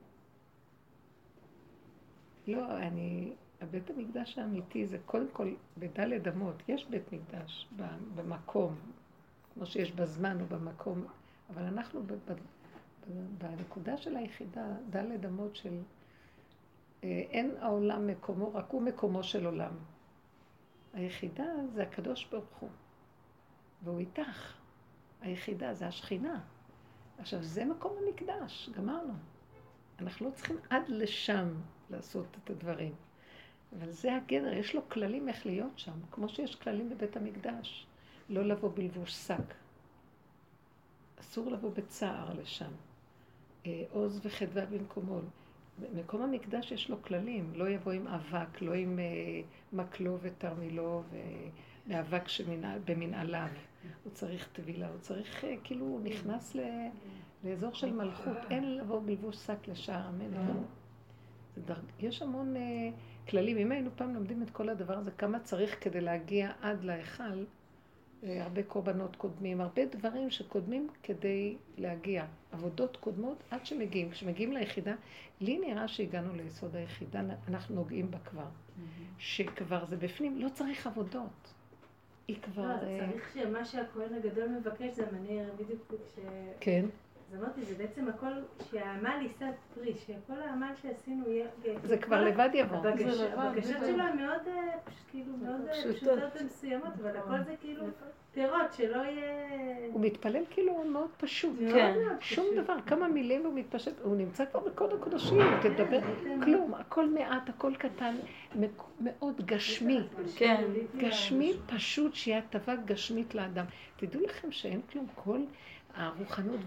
לא, אני, הבית המקדש האמיתי זה קודם כל בדלת אמות, יש בית מקדש במקום, כמו שיש בזמן או במקום, אבל אנחנו בנקודה של היחידה, דלת אמות של אין העולם מקומו, רק הוא מקומו של עולם. היחידה זה הקדוש ברוך הוא, והוא איתך. היחידה זה השכינה. עכשיו זה מקום המקדש, גמרנו. אנחנו לא צריכים עד לשם לעשות את הדברים. אבל זה הגדר, יש לו כללים איך להיות שם, כמו שיש כללים בבית המקדש. לא לבוא בלבוש שק. אסור לבוא בצער לשם. עוז וחדווה במקומו. במקום המקדש יש לו כללים, לא יבוא עם אבק, לא עם מקלו ותרמילו ואבק במנעליו. הוא צריך טבילה, הוא צריך, כאילו, הוא נכנס לאזור של מלכות. אין לבוא בלבוש שק לשער המלך. יש המון כללים. אם היינו פעם לומדים את כל הדבר הזה, כמה צריך כדי להגיע עד להיכל, הרבה קורבנות קודמים, הרבה דברים שקודמים כדי להגיע. עבודות קודמות עד שמגיעים. כשמגיעים ליחידה, לי נראה שהגענו ליסוד היחידה, אנחנו נוגעים בה כבר. שכבר זה בפנים, לא צריך עבודות. היא כבר... לא, צריך שמה שהכהן הגדול מבקש זה מנהיר בדיוק כש... כן. אז אמרתי, זה בעצם הכל, שהעמל יישא פרי, שכל העמל שעשינו יהיה... זה כבר לבד יבוא. הבקשות שלו הן מאוד, כאילו, מאוד פשוטות ומסוימות, אבל הכל זה כאילו פירות, שלא יהיה... הוא מתפלל כאילו הוא מאוד פשוט. שום דבר, כמה מילים הוא מתפשט, הוא נמצא כבר בקוד הקודשים, תדבר, כלום, הכל מעט, הכל קטן, מאוד גשמי. כן. גשמי פשוט, שיהיה הטבה גשמית לאדם. תדעו לכם שאין כלום, כל... הרוחנות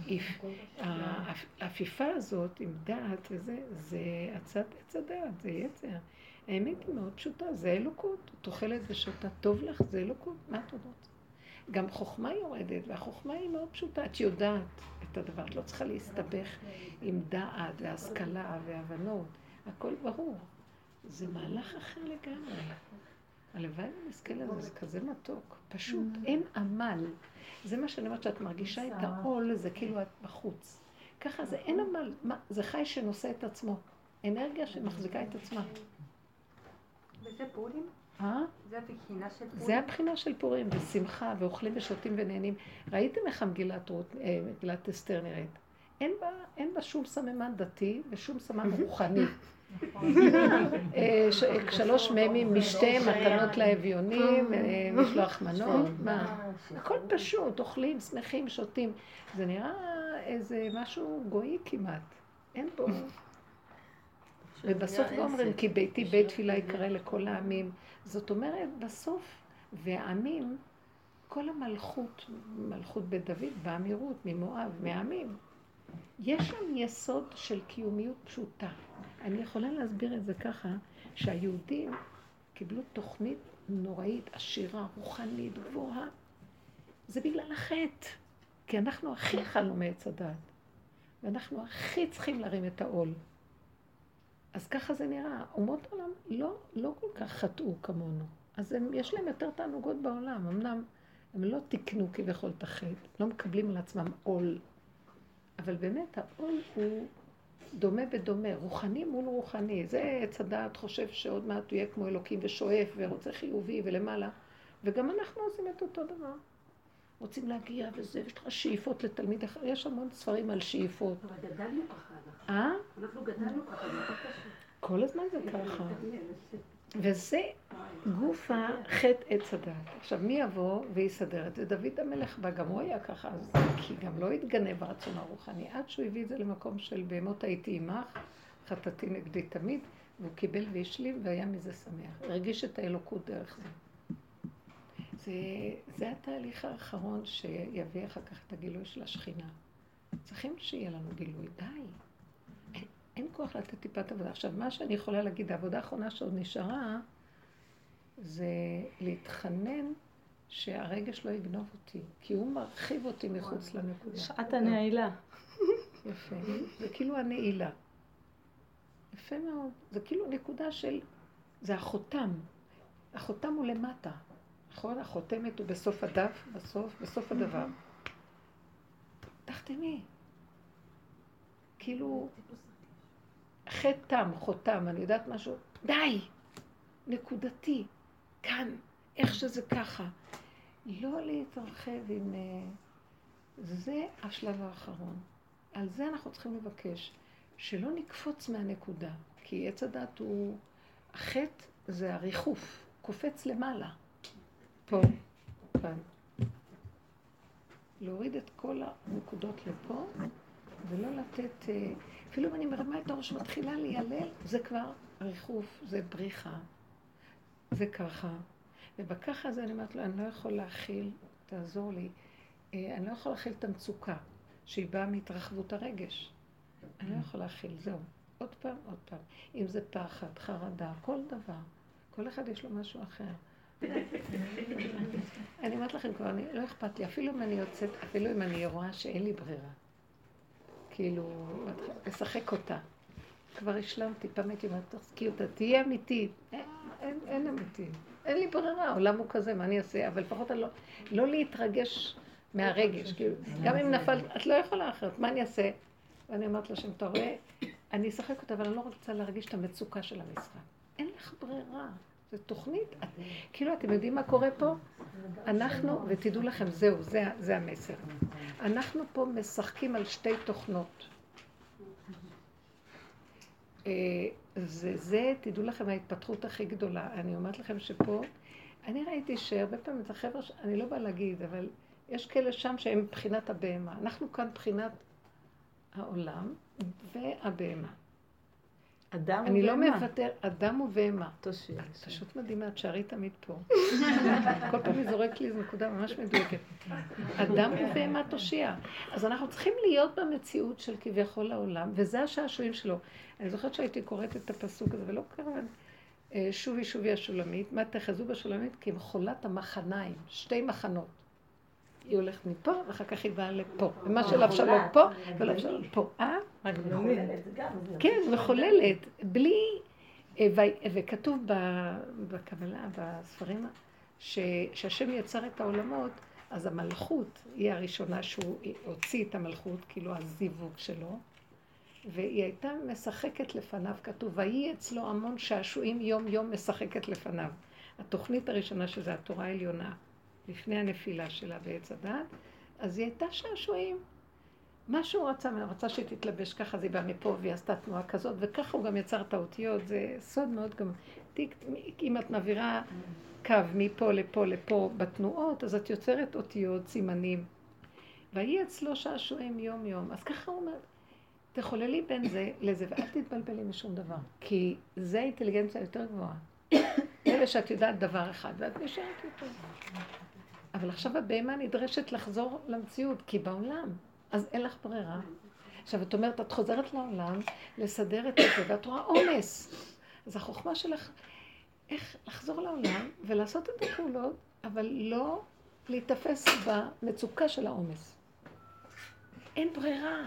והאפיפה הזאת עם דעת וזה, זה הצד עץ הדעת, זה יצר. האמת היא מאוד פשוטה, זה אלוקות, תאכלת ושותה, טוב לך, זה אלוקות, מה את יודעת? גם חוכמה יורדת, והחוכמה היא מאוד פשוטה, את יודעת את הדבר, את לא צריכה להסתבך עם דעת והשכלה והבנות, הכל ברור. זה מהלך אחר לגמרי. הלוואי ונזכה לזה, זה כזה מתוק, פשוט, אין עמל. זה מה שאני אומרת שאת מרגישה את העול, זה כאילו את בחוץ. ככה זה אין עמל, זה חי שנושא את עצמו, אנרגיה שמחזיקה את עצמה. וזה פורים? אה? זה הבחינה של פורים? זה הבחינה של פורים, ושמחה, ואוכלים ושותים ונהנים. ראיתם איך המגילת אסתר נראית? אין בה, אין בה שום סממן דתי ושום סממן רוחני. שלוש ממים, משתה, מתנות לאביונים, משלוח מנות, מה? הכל פשוט, אוכלים, שמחים, שותים. זה נראה איזה משהו גוי כמעט. אין בו. ובסוף לא אומרים, כי ביתי בית תפילה יקרא לכל העמים. זאת אומרת, בסוף, והעמים, כל המלכות, מלכות בית דוד, באמירות, ממואב, מהעמים, יש שם יסוד של קיומיות פשוטה. אני יכולה להסביר את זה ככה, שהיהודים קיבלו תוכנית נוראית, עשירה, רוחנית, גבוהה. זה בגלל החטא, כי אנחנו הכי אכלנו מעץ הדעת, ואנחנו הכי צריכים להרים את העול. אז ככה זה נראה. אומות העולם לא, לא כל כך חטאו כמונו. אז הם, יש להם יותר תענוגות בעולם. אמנם הם לא תקנו כביכול את החטא, לא מקבלים על עצמם עול. אבל באמת העול הוא דומה בדומה, רוחני מול רוחני. זה עץ הדעת חושב שעוד מעט הוא יהיה כמו אלוקים ושואף ורוצה חיובי ולמעלה. וגם אנחנו עושים את אותו דבר. רוצים להגיע וזה, יש לך שאיפות לתלמיד אחר. יש המון ספרים על שאיפות. אבל גדלנו ככה. אה? אנחנו גדלנו ככה, זה קשה. כל הזמן זה ככה. וזה גוף החטא עץ הדעת. עכשיו, מי יבוא ויסדר את זה? דוד המלך בא, גם הוא היה ככה, אז, כי גם לא התגנב הרצון הרוחני, עד שהוא הביא את זה למקום של בהמות הייתי עמך, חטאתי נגדי תמיד, והוא קיבל והשלים והיה מזה שמח. הרגיש את האלוקות דרך זה. זה, זה התהליך האחרון שיביא אחר כך את הגילוי של השכינה. צריכים שיהיה לנו גילוי, די. אין, אין כוח לתת טיפת עבודה. עכשיו, מה שאני יכולה להגיד, העבודה האחרונה שעוד נשארה, זה להתחנן שהרגש לא יגנוב אותי, כי הוא מרחיב אותי מחוץ לנקודה. שעת הנעילה. יפה. זה כאילו הנעילה. יפה מאוד. זה כאילו נקודה של, זה החותם. החותם הוא למטה. נכון? החותמת הוא בסוף הדף, בסוף, בסוף הדבר. תחתמי. כאילו, חתם, חותם, אני יודעת משהו, די! נקודתי, כאן, איך שזה ככה. לא להתרחב עם... זה השלב האחרון. על זה אנחנו צריכים לבקש, שלא נקפוץ מהנקודה, כי עץ הדת הוא... החטא זה הריחוף, קופץ למעלה. פה, כאן. להוריד את כל הנקודות לפה, ולא לתת... אפילו אם אני מרמה את הראש מתחילה להיעלל, זה כבר ריחוף, זה בריחה. זה ככה. ובככה הזה אני אומרת לו, אני לא יכול להכיל, תעזור לי, אני לא יכול להכיל את המצוקה, שהיא באה מהתרחבות הרגש. אני לא יכול להכיל, זהו. עוד פעם, עוד פעם. אם זה פחד, חרדה, כל דבר. כל אחד יש לו משהו אחר. אני אומרת לכם כבר, לא אכפת לי, אפילו אם אני יוצאת, אפילו אם אני רואה שאין לי ברירה. כאילו, לשחק אותה. כבר השלמתי, פעם הייתי אומרת, תחזקי אותה, תהיה אמיתית. אין, אין אמיתית. אין לי ברירה, העולם הוא כזה, מה אני אעשה? אבל לפחות לא, לא להתרגש מהרגש. כאילו, גם אם נפל, את לא יכולה אחרת, מה אני אעשה? ואני אומרת לשם, אתה רואה, אני אשחק אותה, אבל אני לא רוצה להרגיש את המצוקה של המשחק. אין לך ברירה. זו תוכנית. את, כאילו, אתם יודעים מה קורה פה? אנחנו, ותדעו לכם, זהו, זה, זה המסר. אנחנו פה משחקים על שתי תוכנות. זה, זה, תדעו לכם, ההתפתחות הכי גדולה. אני אומרת לכם שפה, אני ראיתי שהרבה פעמים את החבר'ה, אני לא באה להגיד, אבל יש כאלה שם שהם מבחינת הבהמה. אנחנו כאן מבחינת העולם והבהמה. אדם אני ובהמה. לא מוותר, אדם ובהמה. תושיע. פשוט מדהימה, תשארי תמיד פה. כל פעם היא זורק לי איזו נקודה ממש מדויקת. אדם ובהמה תושיע. אז אנחנו צריכים להיות במציאות של כביכול העולם, וזה השעשועים שלו. אני זוכרת שהייתי קוראת את הפסוק הזה, ולא קרן, שובי שובי השולמית, מה תחזו בשולמית? כי הם חולת המחניים, שתי מחנות. היא הולכת מפה, ואחר כך היא באה לפה. ומה של אבשלום פה, ולאבשלום פה. אה? כן, מחוללת. בלי... וכתוב בקבלה, בספרים, שהשם יצר את העולמות, אז המלכות היא הראשונה שהוא הוציא את המלכות, כאילו הזיווג שלו, והיא הייתה משחקת לפניו, כתוב, והיא אצלו המון שעשועים יום יום משחקת לפניו. התוכנית הראשונה שזה התורה העליונה, לפני הנפילה שלה בעץ הדת, אז היא הייתה שעשועים. מה שהוא רצה, הוא רצה שתתלבש ככה, זה בא מפה והיא עשתה תנועה כזאת, וככה הוא גם יצר את האותיות, זה סוד מאוד גם, אם את מעבירה קו מפה לפה לפה בתנועות, אז את יוצרת אותיות, סימנים, והיא אצלו שעשועים יום יום, אז ככה הוא אומר, תחוללי בין זה לזה, ואל תתבלבלי משום דבר, כי זה אינטליגנציה יותר גבוהה. אלה שאת יודעת דבר אחד, ואת נשארת יותר. אבל עכשיו הבהמה נדרשת לחזור למציאות, כי בעולם, אז אין לך ברירה. עכשיו, את אומרת, את חוזרת לעולם, לסדר את זה, ואת רואה עומס. אז החוכמה שלך, איך לחזור לעולם ולעשות את הפעולות, אבל לא להתאפס במצוקה של העומס. אין ברירה.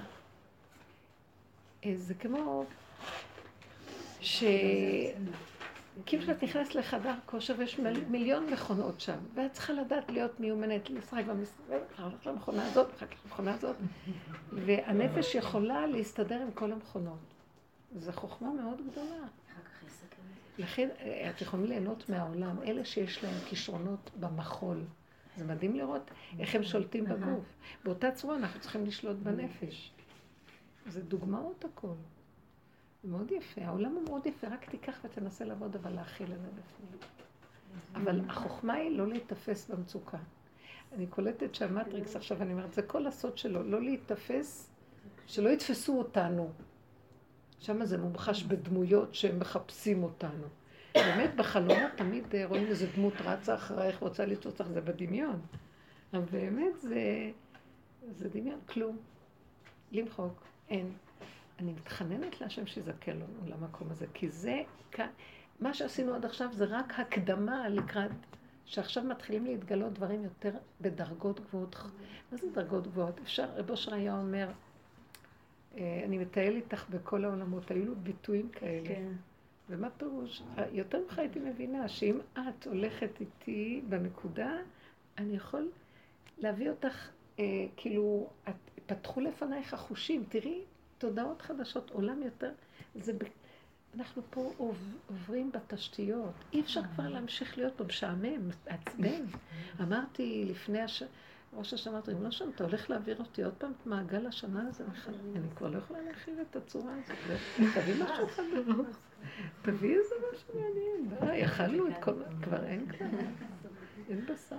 זה כמו ש... כאילו שאת נכנסת לחדר כושר ויש מיליון מכונות שם, ואת צריכה לדעת להיות מיומנת, לשחק במשחק, אחר כך למכונה הזאת, אחר כך למכונה הזאת, והנפש יכולה להסתדר עם כל המכונות. זו חוכמה מאוד גדולה. לכן את יכולים ליהנות מהעולם, אלה שיש להם כישרונות במחול. זה מדהים לראות איך הם שולטים בגוף. באותה צורה אנחנו צריכים לשלוט בנפש. זה דוגמאות הכל. זה מאוד יפה, העולם הוא מאוד יפה, רק תיקח ותנסה לעבוד, אבל להכיל את זה בפנים. אבל החוכמה היא לא להתאפס במצוקה. אני קולטת שהמטריקס, עכשיו אני אומרת, זה כל הסוד שלו, לא להתאפס, שלא יתפסו אותנו. שם זה מומחש בדמויות שהם מחפשים אותנו. באמת בחלומות תמיד רואים איזו דמות רצה אחרייך, רוצה לצוץ לך, זה בדמיון. אבל באמת זה, זה דמיון, כלום. למחוק, אין. אני מתחננת להשם שיזכה לנו למקום הזה, כי זה, מה שעשינו עד עכשיו זה רק הקדמה לקראת, שעכשיו מתחילים להתגלות דברים יותר בדרגות גבוהות. מה זה דרגות גבוהות? אפשר, רב אושר היה אומר, אני מטייל איתך בכל העולמות, היו לו ביטויים כאלה. כן. ומה פירוש? יותר ממך הייתי מבינה שאם את הולכת איתי בנקודה, אני יכול להביא אותך, אה, כאילו, את, פתחו לפנייך החושים, תראי, תודעות חדשות, עולם יותר, זה ב... אנחנו פה עוברים בתשתיות, אי אפשר כבר להמשיך להיות פה משעמם, עצבן. אמרתי לפני הש... ראש השנה, אמרתי, אם לא שם, אתה הולך להעביר אותי עוד פעם את מעגל השנה הזה, אני כבר לא יכולה להכיל את הצורה הזאת, תביא משהו חדש, תביא איזה משהו מעניין, די, יאכלנו את כל... כבר אין כבר, אין בשר.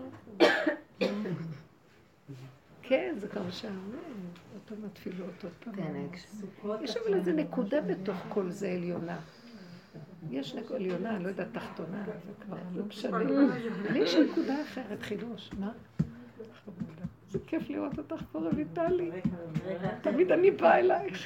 כן, זה כבר משעמם, עוד פעם התפילות, עוד פעם. יש אבל איזה נקודה בתוך כל זה עליונה. יש נקודה עליונה, לא יודעת, תחתונה, זה כבר לא משנה. לי יש נקודה אחרת, חידוש, מה? זה כיף לראות אותך פה, רויטלי. תמיד אני באה אלייך.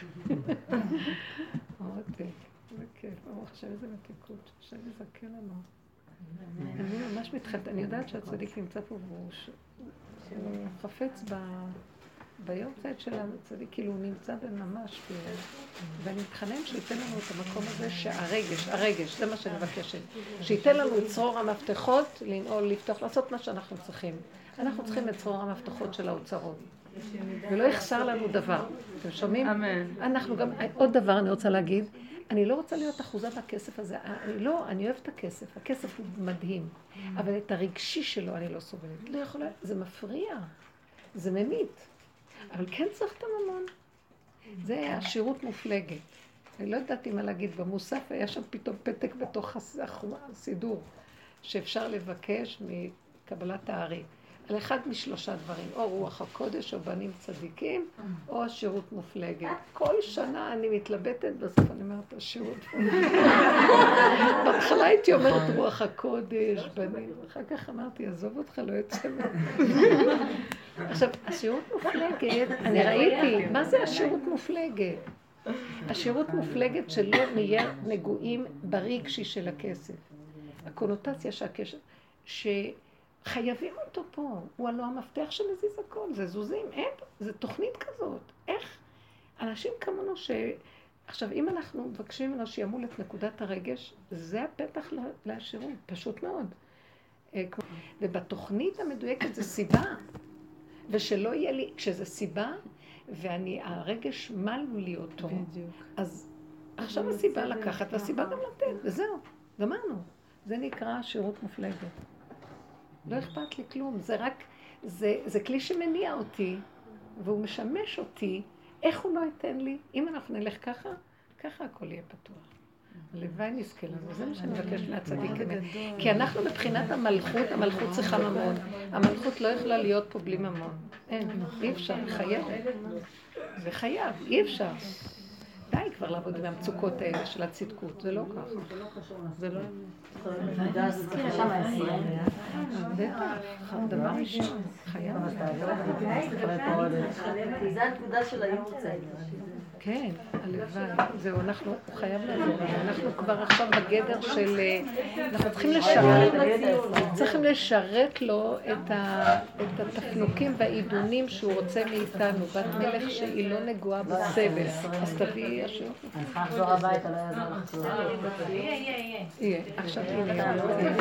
מאוד כיף, ברוך השם, איזה מתיקות, השם יזכה לנו. אני ממש מתחילת, אני יודעת שהצדיק נמצא פה והוא חפץ ביום צד של הצדיק, כאילו הוא נמצא בממש, ואני מתחנן שייתן לנו את המקום הזה שהרגש, הרגש, זה מה שאני מבקשת, שייתן לנו את צרור המפתחות, לנעול, לפתוח, לעשות מה שאנחנו צריכים. אנחנו צריכים את צרור המפתחות של האוצרות, ולא יחסר לנו דבר. אתם שומעים? אמן. אנחנו גם, עוד דבר אני רוצה להגיד, אני לא רוצה להיות אחוזה בכסף הזה, אני לא, אני אוהבת את הכסף, הכסף הוא מדהים, אבל את הרגשי שלו אני לא סובלת, לא יכולה, זה מפריע, זה ממית, אבל כן צריך את הממון, זה השירות מופלגת, אני לא ידעתי מה להגיד, במוסף היה שם פתאום פתק בתוך הסידור, שאפשר לבקש מקבלת הארי, על אחד משלושה דברים, או רוח הקודש, או בנים צדיקים, או השירות מופלגת. כל שנה אני מתלבטת, בסוף אני אומרת, השירות מופלגת. בהתחלה הייתי אומרת רוח הקודש, בנים, אחר כך אמרתי, עזוב אותך, לא יוצא מהם. עכשיו, השירות מופלגת, אני ראיתי, מה זה השירות מופלגת? השירות מופלגת שלא נהיה נגועים ברגשי של הכסף. הקונוטציה שהקשר, ש... חייבים אותו פה, הוא הלא המפתח שמזיז הכל, זה זוזים, אין, זה תוכנית כזאת. איך? אנשים כמונו ש... עכשיו, אם אנחנו מבקשים ממנו שימול את נקודת הרגש, זה הפתח לעשירות, פשוט מאוד. ובתוכנית המדויקת זה סיבה, ושלא יהיה לי, כשזה סיבה, ואני, הרגש מלו לי אותו, אז עכשיו הסיבה לקחת, והסיבה גם לתת, וזהו, גמרנו. זה נקרא שירות מופלגת. לא אכפת לי כלום, זה רק, זה, זה כלי שמניע אותי, והוא משמש אותי איך הוא לא ייתן לי? אם אנחנו נלך ככה, ככה הכל יהיה פתוח. הלוואי נזכה לנו, זה מה שאני מבקש מהצדיק. כי אנחנו מבחינת המלכות, המלכות צריכה ממון. המלכות לא יכולה להיות פה בלי ממון. אין, אי אפשר, חייב. זה חייב, אי אפשר. די כבר לעבוד עם המצוקות האלה של הצדקות, זה לא ככה. זה לא... דבר ראשון, חייב. זה הנקודה של הייעוץ. כן, הלוואי. זהו, אנחנו חייב לעזור. אנחנו כבר עכשיו בגדר של... אנחנו צריכים לשרת, צריכים לשרת לו את התפנוקים והעידונים שהוא רוצה מאיתנו. בת מלך שהיא לא נגועה בסבל. אז תביאי השם. אני צריכה לחזור הביתה, לא יעזור לך. יהיה, יהיה, יהיה. עכשיו הנה.